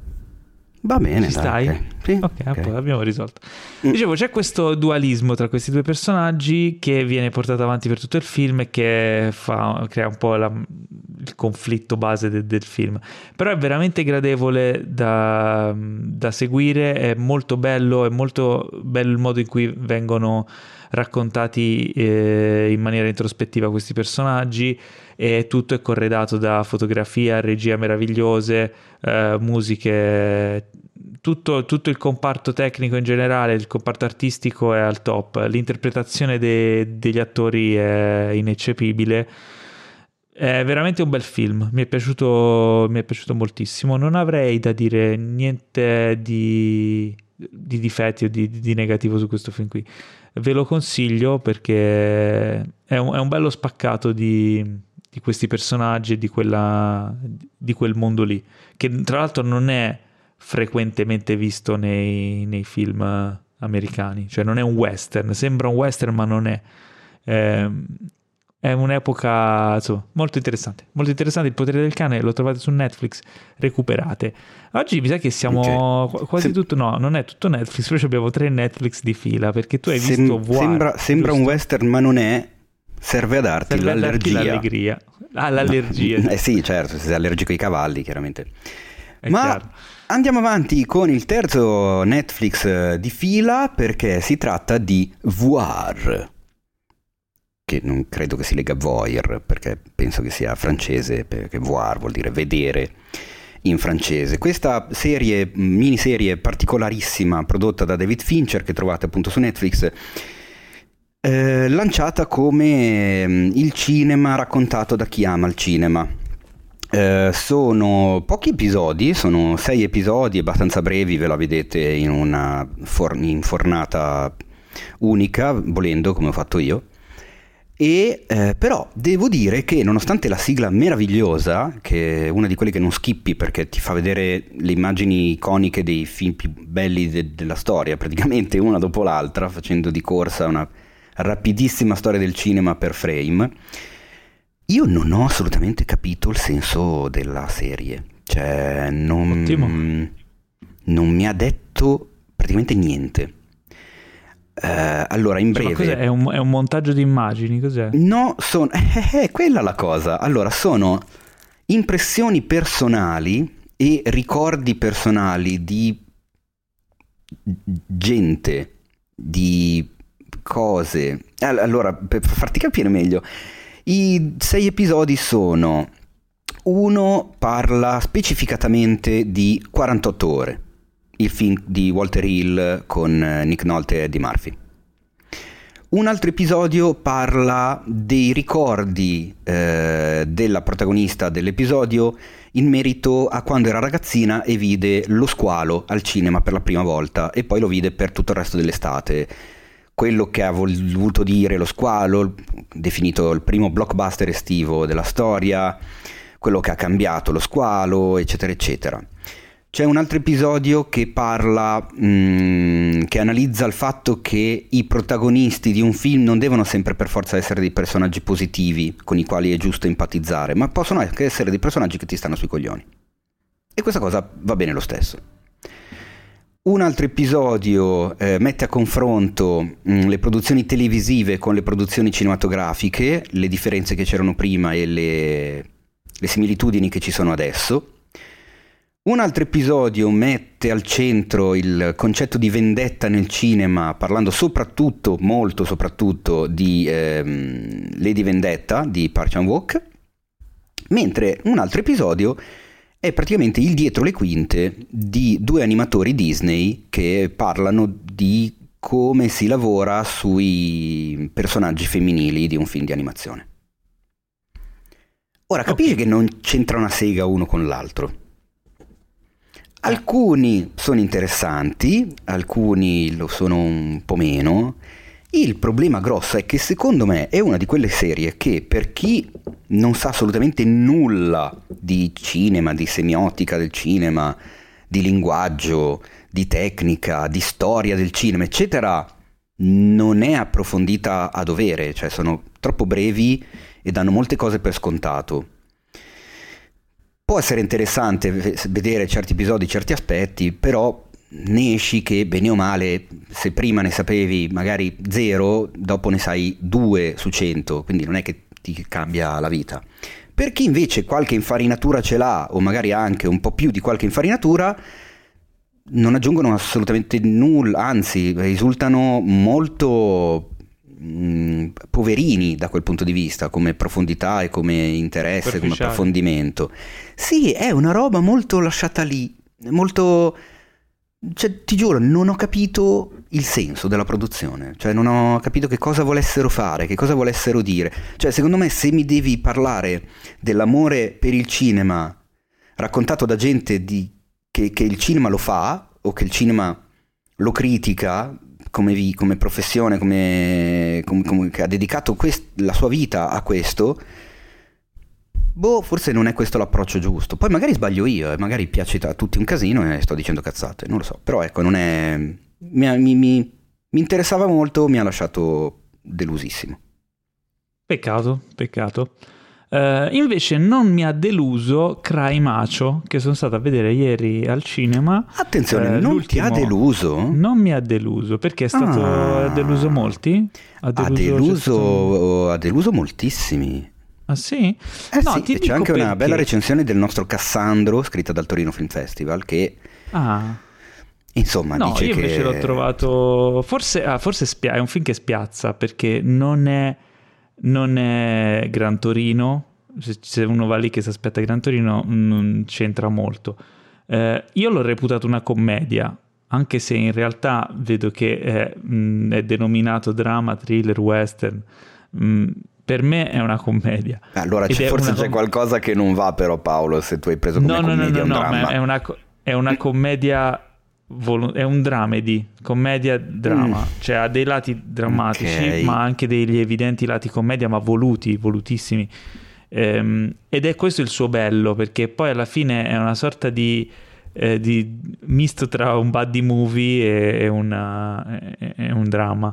Va bene, ci dai, stai? Okay. Sì, ok, okay. Poi abbiamo risolto. Dicevo, c'è questo dualismo tra questi due personaggi che viene portato avanti per tutto il film e che fa, crea un po' la, il conflitto base de, del film. Però è veramente gradevole da, da seguire, è molto bello, è molto bello il modo in cui vengono raccontati eh, in maniera introspettiva questi personaggi, e tutto è corredato da fotografia, regia meravigliose, eh, musiche, tutto, tutto il comparto tecnico in generale, il comparto artistico è al top, l'interpretazione de, degli attori è ineccepibile. È veramente un bel film, mi è piaciuto, mi è piaciuto moltissimo. Non avrei da dire niente di, di difetti o di, di negativo su questo film qui. Ve lo consiglio perché è un, è un bello spaccato di, di questi personaggi e di, quella, di quel mondo lì, che tra l'altro non è frequentemente visto nei, nei film americani, cioè non è un western, sembra un western ma non è. Eh, È un'epoca, insomma, molto interessante. Molto interessante. Il potere del cane lo trovate su Netflix, recuperate. Oggi mi sa che siamo Okay. quasi Sem- tutto, no, non è tutto Netflix, però abbiamo tre Netflix di fila, perché tu hai sem- visto Voir, sembra sembra un giusto? western, ma non è. Serve a darti Serve a darti l'allergia. l'allegria. Ah, l'allergia. Eh sì, certo, se sei allergico ai cavalli, chiaramente. È Ma chiaro. andiamo avanti con il terzo Netflix eh, di fila, perché si tratta di Voir, che non credo che si lega a voir, perché penso che sia francese, perché voir vuol dire vedere in francese. Questa serie, miniserie particolarissima, prodotta da David Fincher, che trovate appunto su Netflix, eh, lanciata come mm, il cinema raccontato da chi ama il cinema. Eh, sono pochi episodi, sono sei episodi abbastanza brevi, ve la vedete in una for- infornata unica, volendo, come ho fatto io. E eh, però devo dire che nonostante la sigla meravigliosa, che è una di quelle che non skippi perché ti fa vedere le immagini iconiche dei film più belli de- della storia, praticamente una dopo l'altra, facendo di corsa una rapidissima storia del cinema per frame, io non ho assolutamente capito il senso della serie. Cioè, non, Ottimo. non mi ha detto praticamente niente. Eh, allora, in Cioè, ma breve... cos'è? È un, è un montaggio di immagini? Cos'è? No, sono... Eh, eh, quella la cosa. Allora, sono impressioni personali e ricordi personali di gente, di cose. All- Allora, per farti capire meglio, i sei episodi sono... Uno parla specificatamente di quarantotto ore, il film di Walter Hill con eh, Nick Nolte e Eddie Murphy. Un altro episodio parla dei ricordi eh, della protagonista dell'episodio in merito a quando era ragazzina e vide Lo Squalo al cinema per la prima volta e poi lo vide per tutto il resto dell'estate. Quello che ha voluto dire Lo Squalo, definito il primo blockbuster estivo della storia, quello che ha cambiato Lo Squalo, eccetera, eccetera. C'è un altro episodio che parla, mh, che analizza il fatto che i protagonisti di un film non devono sempre per forza essere dei personaggi positivi con i quali è giusto empatizzare, ma possono anche essere dei personaggi che ti stanno sui coglioni. E questa cosa va bene lo stesso. Un altro episodio eh, mette a confronto mh, le produzioni televisive con le produzioni cinematografiche, le differenze che c'erano prima e le, le similitudini che ci sono adesso. Un altro episodio mette al centro il concetto di vendetta nel cinema, parlando soprattutto, molto soprattutto, di ehm, Lady Vendetta di Park Chan-wook, mentre un altro episodio è praticamente il dietro le quinte di due animatori Disney che parlano di come si lavora sui personaggi femminili di un film di animazione. Ora, capisci Ok. che non c'entra una sega uno con l'altro. Alcuni sono interessanti, alcuni lo sono un po' meno. Il problema grosso è che secondo me è una di quelle serie che per chi non sa assolutamente nulla di cinema, di semiotica del cinema, di linguaggio, di tecnica, di storia del cinema, eccetera, non è approfondita a dovere, cioè sono troppo brevi e danno molte cose per scontato. Può essere interessante vedere certi episodi, certi aspetti, però ne esci che bene o male, se prima ne sapevi magari zero, dopo ne sai due su cento, quindi non è che ti cambia la vita. Per chi invece qualche infarinatura ce l'ha, o magari anche un po' più di qualche infarinatura, non aggiungono assolutamente nulla, anzi risultano molto mh, poverini da quel punto di vista, come profondità e come interesse, come Superficiali. approfondimento. Sì, è una roba molto lasciata lì, molto... Cioè, ti giuro, non ho capito il senso della produzione, cioè non ho capito che cosa volessero fare, che cosa volessero dire. Cioè, secondo me, se mi devi parlare dell'amore per il cinema raccontato da gente di, che, che il cinema lo fa, o che il cinema lo critica come, vi, come professione, come, come, come che ha dedicato quest, la sua vita a questo, boh, forse non è questo l'approccio giusto. Poi magari sbaglio io e magari piace a tutti un casino e sto dicendo cazzate, non lo so. Però ecco, non è... Mi, mi, mi, mi interessava molto, mi ha lasciato delusissimo. Peccato, peccato. Uh, invece non mi ha deluso Cry Macho, che sono stato a vedere ieri al cinema. Attenzione, uh, non ti ha deluso? Non mi ha deluso, perché è stato ah. ha deluso molti? Ha deluso, ha deluso, stato... ha deluso moltissimi. Ah sì? Eh no, sì, ti c'è anche perché... una bella recensione del nostro Cassandro, scritta dal Torino Film Festival, che... Ah... Insomma, no, dice io che... invece l'ho trovato... Forse, ah, forse spia... è un film che spiazza, perché non è... non è Gran Torino. Se uno va lì che si aspetta Gran Torino non c'entra molto. Eh, io l'ho reputato una commedia, anche se in realtà vedo che è, mh, è denominato drama, thriller, western. Mh, per me è una commedia. Allora c'è, forse c'è com- qualcosa che non va però, Paolo, se tu hai preso come no, commedia no, no, un no, dramma. No, è una, è una commedia... è un dramedy, commedia drama, mm. cioè ha dei lati drammatici, okay, ma anche degli evidenti lati commedia, ma voluti, volutissimi. Ehm, ed è questo il suo bello, perché poi alla fine è una sorta di, eh, di misto tra un buddy movie e, e, una, e, e un dramma.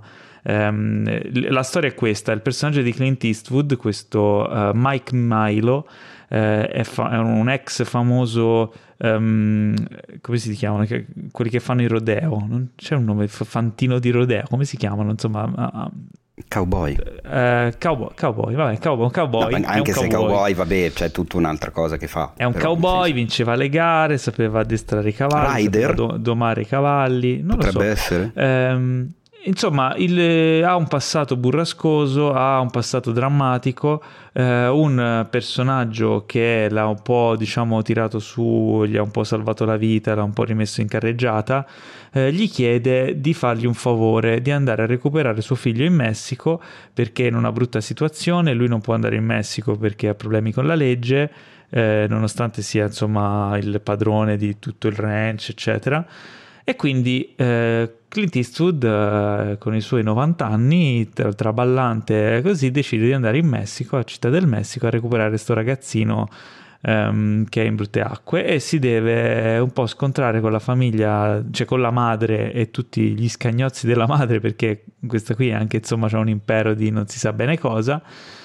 Ehm, la storia è questa: il personaggio di Clint Eastwood, questo uh, Mike Milo, eh, è, fa- è un ex famoso, um, come si chiamano? Che, quelli che fanno il rodeo, non c'è un nome, fantino di rodeo, come si chiamano? Insomma, uh, cowboy. Uh, cowboy, cowboy, vabbè, cowboy, cowboy. No, anche un se cowboy. cowboy, vabbè, c'è tutta un'altra cosa che fa. È un però, cowboy, vinceva le gare, sapeva addestrare i cavalli, Rider? sapeva do- domare i cavalli, non potrebbe lo so. essere. Ehm, Insomma, il, ha un passato burrascoso, ha un passato drammatico, eh, un personaggio che l'ha un po', diciamo, tirato su, gli ha un po' salvato la vita, l'ha un po' rimesso in carreggiata, eh, gli chiede di fargli un favore, di andare a recuperare suo figlio in Messico, perché è in una brutta situazione, lui non può andare in Messico perché ha problemi con la legge, eh, nonostante sia, insomma, il padrone di tutto il ranch, eccetera. E quindi eh, Clint Eastwood, eh, con i suoi novanta anni, tra, traballante così, decide di andare in Messico, a Città del Messico, a recuperare questo ragazzino ehm, che è in brutte acque, e si deve un po' scontrare con la famiglia, cioè con la madre e tutti gli scagnozzi della madre, perché questa qui anche, insomma, c'ha un impero di non si sa bene cosa.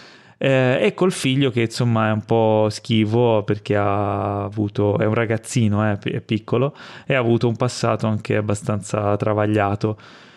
Eh, e col figlio che, insomma, è un po' schivo, perché ha avuto, è un ragazzino, eh, è piccolo, e ha avuto un passato anche abbastanza travagliato.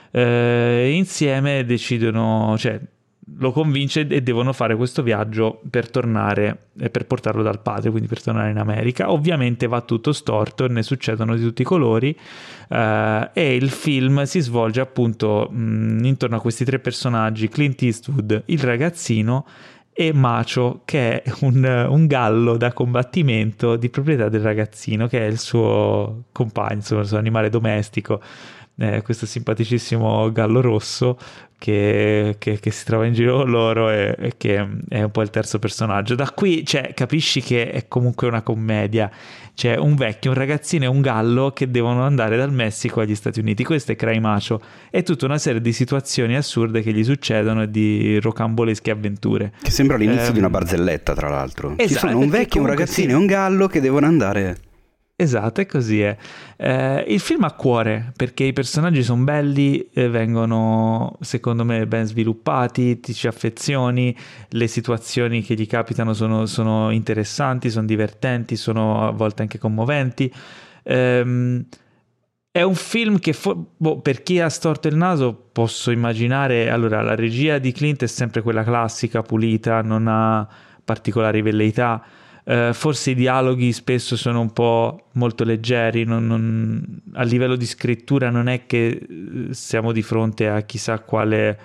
Eh, insieme decidono, cioè lo convince e devono fare questo viaggio per tornare e per portarlo dal padre, quindi per tornare in America. Ovviamente va tutto storto e ne succedono di tutti i colori, eh, e il film si svolge appunto mh, intorno a questi tre personaggi: Clint Eastwood, il ragazzino, e Macho, che è un, un gallo da combattimento di proprietà del ragazzino, che è il suo compagno, insomma, il suo animale domestico, eh, questo simpaticissimo gallo rosso che, che, che si trova in giro con loro e, e che è un po' il terzo personaggio. Da qui, cioè, capisci che è comunque una commedia. C'è un vecchio, un ragazzino e un gallo che devono andare dal Messico agli Stati Uniti. Questo è Cry Macho. È tutta una serie di situazioni assurde che gli succedono e di rocambolesche avventure. Che sembra l'inizio um, di una barzelletta, tra l'altro. Esatto, ci sono un vecchio, un ragazzino sì. e un gallo che devono andare... Esatto, è così è. Eh, il film ha cuore, perché i personaggi sono belli, eh, vengono secondo me ben sviluppati, ti ci affezioni, le situazioni che gli capitano sono, sono interessanti, sono divertenti, sono a volte anche commoventi. Ehm, è un film che fo- boh, per chi ha storto il naso posso immaginare. Allora, la regia di Clint è sempre quella classica, pulita, non ha particolari velleità. Uh, forse i dialoghi spesso sono un po' molto leggeri, non, non, a livello di scrittura non è che siamo di fronte a chissà quale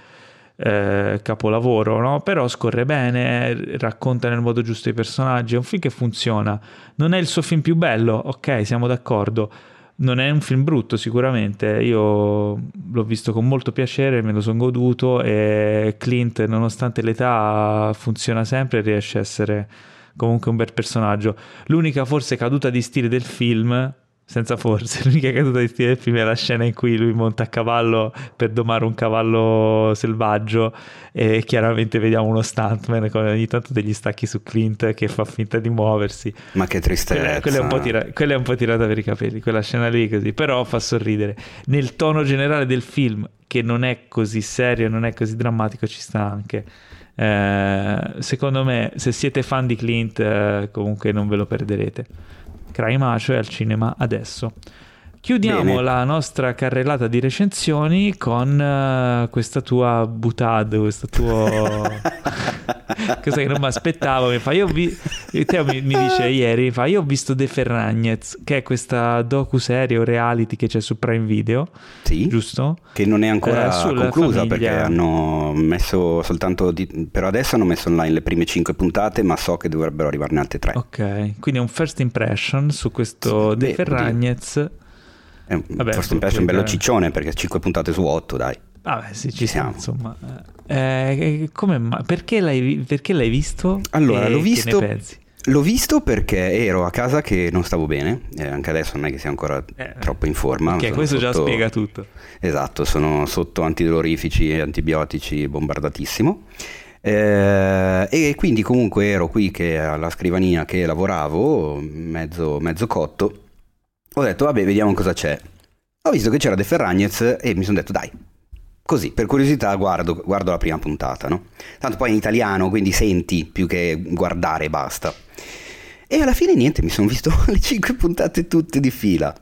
uh, capolavoro, no? Però scorre bene, racconta nel modo giusto i personaggi, è un film che funziona. Non è il suo film più bello, ok, siamo d'accordo, non è un film brutto sicuramente, io l'ho visto con molto piacere, me lo sono goduto, e Clint, nonostante l'età, funziona sempre e riesce a essere comunque un bel personaggio. L'unica forse caduta di stile del film, senza forse, l'unica caduta di stile del film è la scena in cui lui monta a cavallo per domare un cavallo selvaggio, e chiaramente vediamo uno stuntman con ogni tanto degli stacchi su Clint che fa finta di muoversi. Ma che tristezza. Quella, quella, è, un po tira, quella è un po' tirata per i capelli, quella scena lì così, però fa sorridere. Nel tono generale del film, che non è così serio, non è così drammatico, ci sta anche. Eh, secondo me, se siete fan di Clint, eh, comunque non ve lo perderete. Cry Macho è al cinema adesso. Chiudiamo Bene. la nostra carrellata di recensioni con uh, questa tua butade, questo tuo cosa che non mi aspettavo. Mi fa, io vi... Teo mi, mi dice ieri, mi fa, io ho visto De Ferragnez, che è questa docu-serie o reality che c'è su Prime Video, Sì, giusto? che non è ancora Eh, sulla conclusa famiglia. perché hanno messo soltanto di... per adesso hanno messo online le prime cinque puntate, ma so che dovrebbero arrivarne altre tre. Ok, quindi un first impression su questo Sì, De beh, Ferragnez. È un Vabbè, first tu impression puoi bello dare- ciccione perché cinque puntate su otto, dai. Vabbè, sì, ci Ci siamo, siamo. insomma. Eh, come ma- perché, l'hai, vi- perché l'hai visto? Allora, E l'ho che visto, ne pensi? l'ho visto perché ero a casa che non stavo bene, eh, anche adesso non è che sia ancora Eh, troppo in forma. Ok, sono questo già sotto- spiega tutto. Esatto, sono sotto antidolorifici e antibiotici bombardatissimo. Eh, e quindi comunque ero qui che alla scrivania che lavoravo, mezzo, mezzo cotto, ho detto vabbè vediamo cosa c'è. Ho visto che c'era De Ferragnez e mi sono detto dai, così per curiosità guardo, guardo la prima puntata, no? Tanto poi in italiano, quindi senti più che guardare e basta. E alla fine niente, mi sono visto le cinque puntate tutte di fila.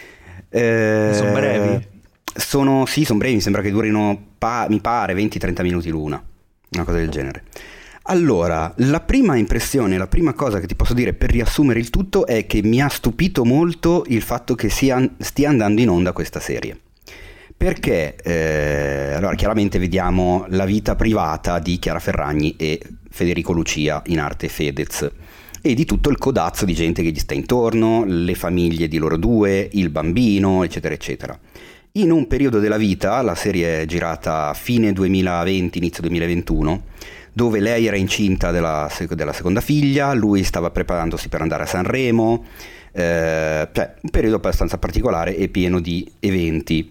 Eh, Sono brevi? Sono, sì, sono brevi, mi sembra che durino, pa- mi pare, venti trenta minuti l'una, una cosa del genere. Allora, la prima impressione, la prima cosa che ti posso dire per riassumere il tutto è che mi ha stupito molto il fatto che sia, stia andando in onda questa serie. Perché, eh, allora, chiaramente vediamo la vita privata di Chiara Ferragni e Federico Lucia, in arte Fedez, e di tutto il codazzo di gente che gli sta intorno, le famiglie di loro due, il bambino, eccetera, eccetera. In un periodo della vita, la serie è girata a fine duemilaventi, inizio duemilaventuno, dove lei era incinta della, della seconda figlia, lui stava preparandosi per andare a Sanremo, eh, cioè un periodo abbastanza particolare e pieno di eventi.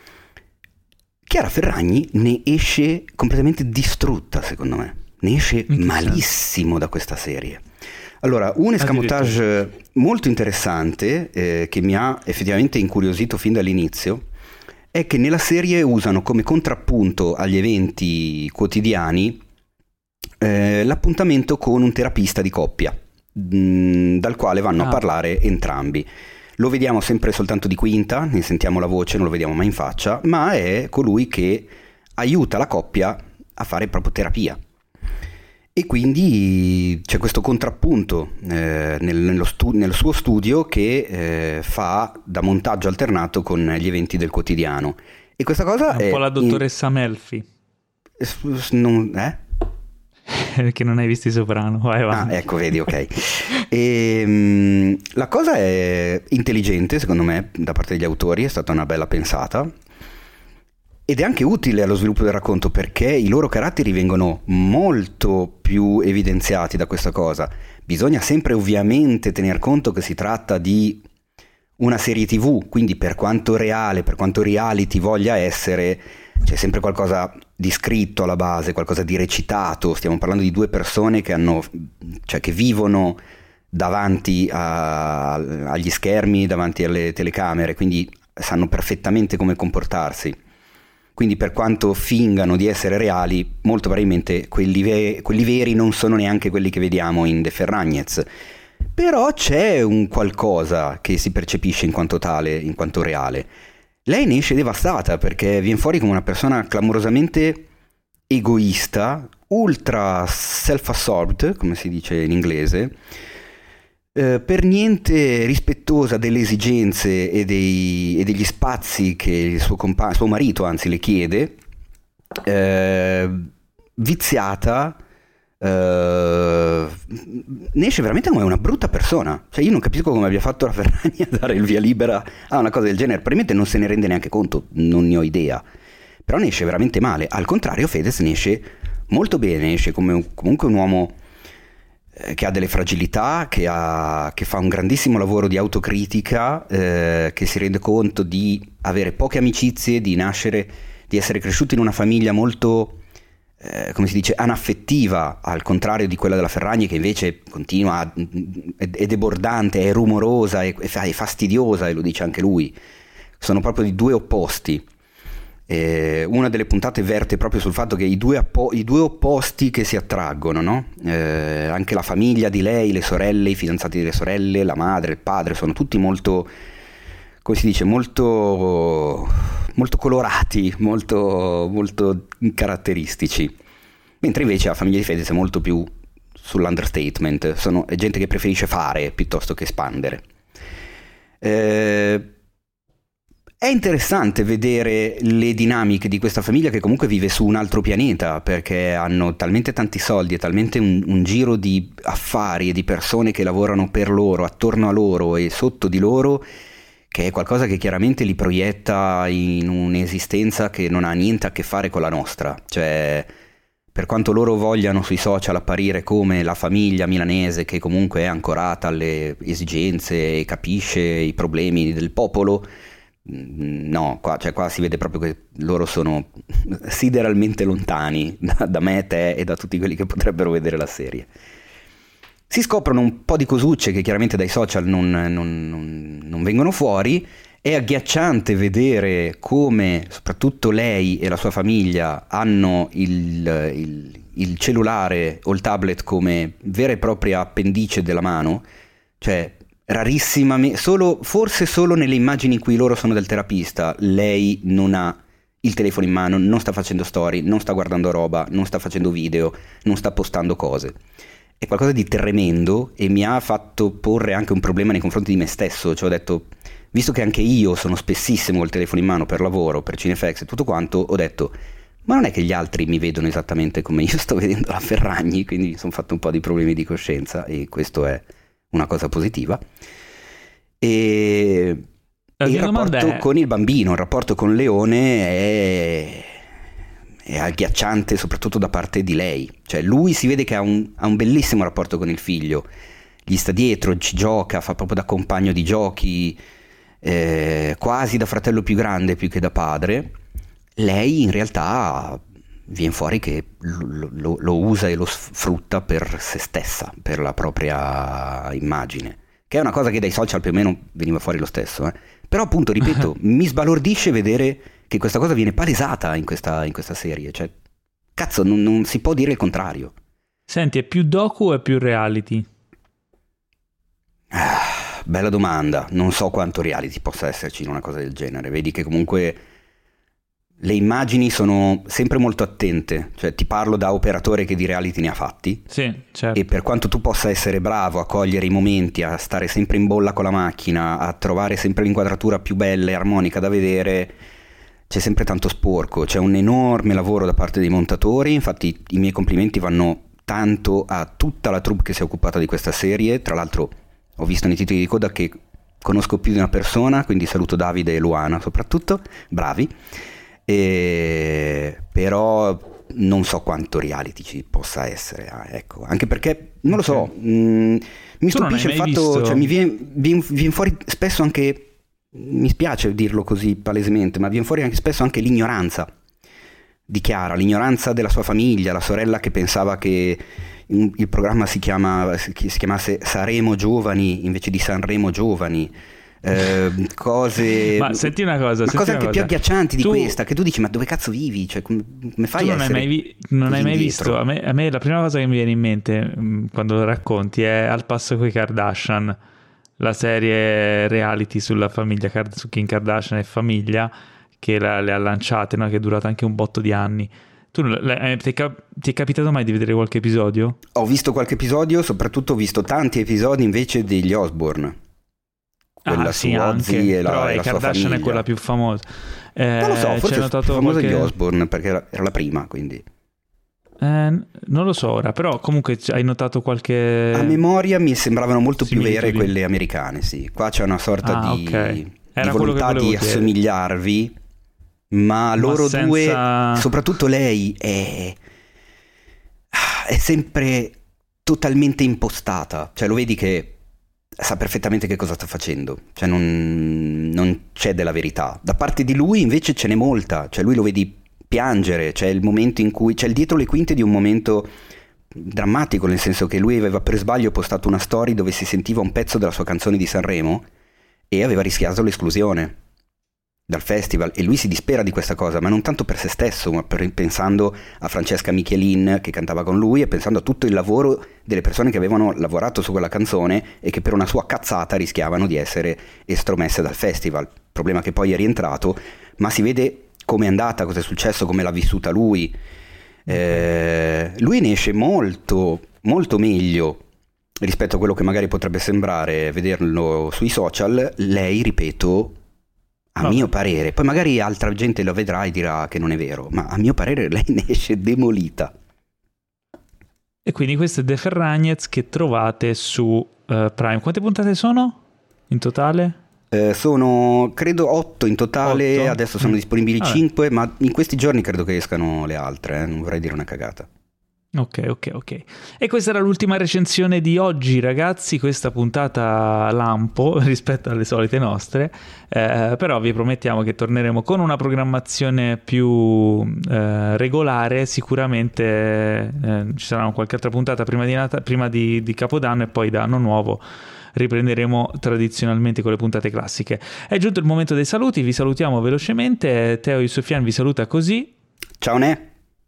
Chiara Ferragni ne esce completamente distrutta, secondo me, ne esce In che malissimo da questa serie. Allora, un escamotage molto interessante eh, che mi ha effettivamente incuriosito fin dall'inizio è che nella serie usano come contrappunto agli eventi quotidiani eh, l'appuntamento con un terapista di coppia, mh, dal quale vanno Ah. a parlare entrambi. Lo vediamo sempre soltanto di quinta, ne sentiamo la voce, non lo vediamo mai in faccia, ma è colui che aiuta la coppia a fare proprio terapia. E quindi c'è questo contrappunto eh, nel, nello, stu- nel suo studio che eh, fa da montaggio alternato con gli eventi del quotidiano. E questa cosa È un è po' la dottoressa Melfi, in- non, eh? perché non hai visto i Soprano. Vai Ah, avanti. ecco, vedi, ok. E, mh, la cosa è intelligente, secondo me, da parte degli autori, è stata una bella pensata. Ed è anche utile allo sviluppo del racconto perché i loro caratteri vengono molto più evidenziati da questa cosa. Bisogna sempre ovviamente tener conto che si tratta di una serie tivù, quindi per quanto reale, per quanto reality voglia essere, c'è sempre qualcosa di scritto alla base, qualcosa di recitato. Stiamo parlando di due persone che hanno, cioè che vivono davanti a- agli schermi, davanti alle telecamere, quindi sanno perfettamente come comportarsi. Quindi per quanto fingano di essere reali, molto probabilmente quelli, ve- quelli veri non sono neanche quelli che vediamo in De Ferragnez. Però c'è un qualcosa che si percepisce in quanto tale, in quanto reale. Lei ne esce devastata perché viene fuori come una persona clamorosamente egoista, ultra self-absorbed, come si dice in inglese, eh, per niente rispettosa delle esigenze e, dei, e degli spazi che il suo, compa- suo marito anzi le chiede, eh, viziata, eh, ne esce veramente come una brutta persona. Cioè io non capisco come abbia fatto la Ferragni a dare il via libera a una cosa del genere, probabilmente non se ne rende neanche conto, non ne ho idea, però ne esce veramente male. Al contrario Fedez ne esce molto bene, esce come un, comunque un uomo eh, che ha delle fragilità, che, ha, che fa un grandissimo lavoro di autocritica, eh, che si rende conto di avere poche amicizie, di nascere, di essere cresciuto in una famiglia molto, eh, come si dice, anaffettiva, al contrario di quella della Ferragni che invece continua, a, è, è debordante, è rumorosa, è, è fastidiosa, e lo dice anche lui. Sono proprio di due opposti. Eh, una delle puntate verte proprio sul fatto che i due, appo- i due opposti che si attraggono, no? Eh, anche la famiglia di lei, le sorelle, i fidanzati delle sorelle, la madre, il padre, sono tutti molto, come si dice, molto, molto colorati, molto, molto caratteristici. Mentre invece la famiglia di Fedez è molto più sull'understatement, sono è gente che preferisce fare piuttosto che espandere. Eh, È interessante vedere le dinamiche di questa famiglia che comunque vive su un altro pianeta, perché hanno talmente tanti soldi e talmente un, un giro di affari e di persone che lavorano per loro, attorno a loro e sotto di loro, che è qualcosa che chiaramente li proietta in un'esistenza che non ha niente a che fare con la nostra. Cioè, per quanto loro vogliano sui social apparire come la famiglia milanese che comunque è ancorata alle esigenze e capisce i problemi del popolo, no, qua, cioè qua si vede proprio che loro sono sideralmente lontani da, da me, te e da tutti quelli che potrebbero vedere la serie. Si scoprono un po' di cosucce che chiaramente dai social non, non, non, non vengono fuori. È agghiacciante vedere come soprattutto lei e la sua famiglia hanno il, il, il cellulare o il tablet come vera e propria appendice della mano, cioè rarissima, solo, forse solo nelle immagini in cui loro sono del terapista, lei non ha il telefono in mano, non sta facendo story, non sta guardando roba, non sta facendo video, non sta postando cose. È qualcosa di tremendo e mi ha fatto porre anche un problema nei confronti di me stesso, cioè ho detto, visto che anche io sono spessissimo col telefono in mano per lavoro, per Cinefx e tutto quanto, ho detto, ma non è che gli altri mi vedono esattamente come io sto vedendo la Ferragni, quindi mi sono fatto un po' di problemi di coscienza e questo è una cosa positiva. E, e il rapporto è... con il bambino, il rapporto con Leone è, è agghiacciante soprattutto da parte di lei. Cioè lui si vede che ha un, ha un bellissimo rapporto con il figlio, gli sta dietro, ci gioca, fa proprio da compagno di giochi, eh, quasi da fratello più grande più che da padre. Lei in realtà viene fuori che lo, lo, lo usa e lo sfrutta per se stessa, per la propria immagine, che è una cosa che dai social più o meno veniva fuori lo stesso, eh. Però appunto, ripeto, mi sbalordisce vedere che questa cosa viene palesata in questa, in questa serie, cioè cazzo, non, non si può dire il contrario. Senti, è più docu o è più reality? Ah, bella domanda, non so quanto reality possa esserci in una cosa del genere. Vedi che comunque le immagini sono sempre molto attente, cioè ti parlo da operatore che di reality ne ha fatti. Sì, certo. E per quanto tu possa essere bravo a cogliere i momenti, a stare sempre in bolla con la macchina, a trovare sempre l'inquadratura più bella e armonica da vedere, c'è sempre tanto sporco, c'è un enorme lavoro da parte dei montatori. Infatti i miei complimenti vanno tanto a tutta la troupe che si è occupata di questa serie. Tra l'altro ho visto nei titoli di coda che conosco più di una persona, quindi saluto Davide e Luana soprattutto, bravi. E... però non so quanto reality ci possa essere, ah, ecco, anche perché non lo so, okay. mh, mi tu stupisce il fatto, visto... cioè mi viene, viene, viene fuori spesso anche, mi spiace dirlo così palesemente, ma viene fuori anche spesso anche l'ignoranza di Chiara, l'ignoranza della sua famiglia, la sorella che pensava che il programma si, chiama, si chiamasse Saremo Giovani invece di Sanremo Giovani. Eh, cose ma senti una cosa, ma senti cose una anche cosa. più agghiaccianti di tu, questa, che tu dici ma dove cazzo vivi, cioè come, come fai tu a non essere hai mai, vi- non hai mai visto a me, a me la prima cosa che mi viene in mente mh, quando lo racconti è Al passo coi Kardashian, la serie reality sulla famiglia su Kim Kardashian e famiglia che la, le ha lanciate, no? Che è durata anche un botto di anni. Tu le, ti, è cap- ti è capitato mai di vedere qualche episodio? Ho visto qualche episodio, soprattutto ho visto tanti episodi invece degli Osbourne. Quella ah, su sì, Ozzy anche. e la, però e la sua Kardashian famiglia è quella più famosa. Eh, non lo so, forse è più famosa qualche... degli Osbourne perché era, era la prima, quindi eh, non lo so ora, però comunque hai notato qualche... A memoria mi sembravano molto più vere quelle americane, sì. Qua c'è una sorta ah, di, okay. di volontà di assomigliarvi, ma loro ma senza... due, soprattutto lei, è, è sempre totalmente impostata, cioè lo vedi che sa perfettamente che cosa sta facendo, cioè non, non c'è della verità. Da parte di lui invece ce n'è molta, cioè lui lo vedi piangere, c'è il momento in cui c'è il dietro le quinte di un momento drammatico, nel senso che lui aveva per sbaglio postato una story dove si sentiva un pezzo della sua canzone di Sanremo e aveva rischiato l'esclusione dal festival, e lui si dispera di questa cosa, ma non tanto per se stesso, ma per, pensando a Francesca Michelin che cantava con lui e pensando a tutto il lavoro delle persone che avevano lavorato su quella canzone e che per una sua cazzata rischiavano di essere estromesse dal festival. Problema che poi è rientrato, ma si vede come è andata, cosa è successo, come l'ha vissuta lui. Eh, lui ne esce molto, molto meglio rispetto a quello che magari potrebbe sembrare vederlo sui social. Lei, ripeto, a Vabbè. mio parere, poi magari altra gente lo vedrà e dirà che non è vero, ma a mio parere lei ne esce demolita. E quindi questo è The Ferragnez che trovate su uh, Prime. Quante puntate sono in totale? Eh, sono credo otto in totale, Otto? adesso sono Mm. disponibili Vabbè. cinque, ma in questi giorni credo che escano le altre, eh, non vorrei dire una cagata. Ok, ok, ok. E questa era l'ultima recensione di oggi, ragazzi. Questa puntata lampo rispetto alle solite nostre, eh, però vi promettiamo che torneremo con una programmazione più eh, regolare. Sicuramente eh, ci sarà qualche altra puntata prima di, Nat- prima di, di Capodanno, e poi da anno nuovo riprenderemo tradizionalmente con le puntate classiche. È giunto il momento dei saluti, vi salutiamo velocemente. Teo Yusufian vi saluta così. Ciao Ne.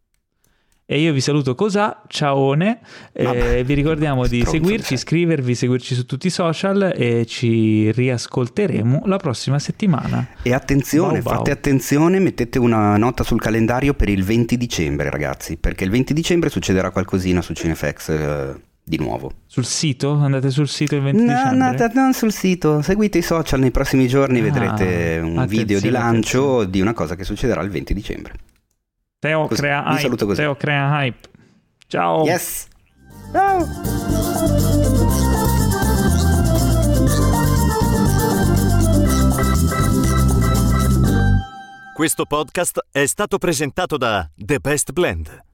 E io vi saluto cosà, ciaone, Vabbè, eh, vi ricordiamo di stronzo seguirci, che sei. iscrivervi, seguirci su tutti i social, e ci riascolteremo la prossima settimana. E attenzione, Bau bau. fate attenzione, mettete una nota sul calendario per il venti dicembre, ragazzi, perché il venti dicembre succederà qualcosina su Cinefx eh, di nuovo. Sul sito? Andate sul sito il venti No, dicembre? no, non sul sito, seguite i social, nei prossimi giorni Ah, vedrete un attenzione, video di lancio attenzione. di una cosa che succederà il venti dicembre. Teo Così, crea vi hype, saluto così. Teo crea hype. Ciao! Yes! Ciao! Questo podcast è stato presentato da The Best Blend,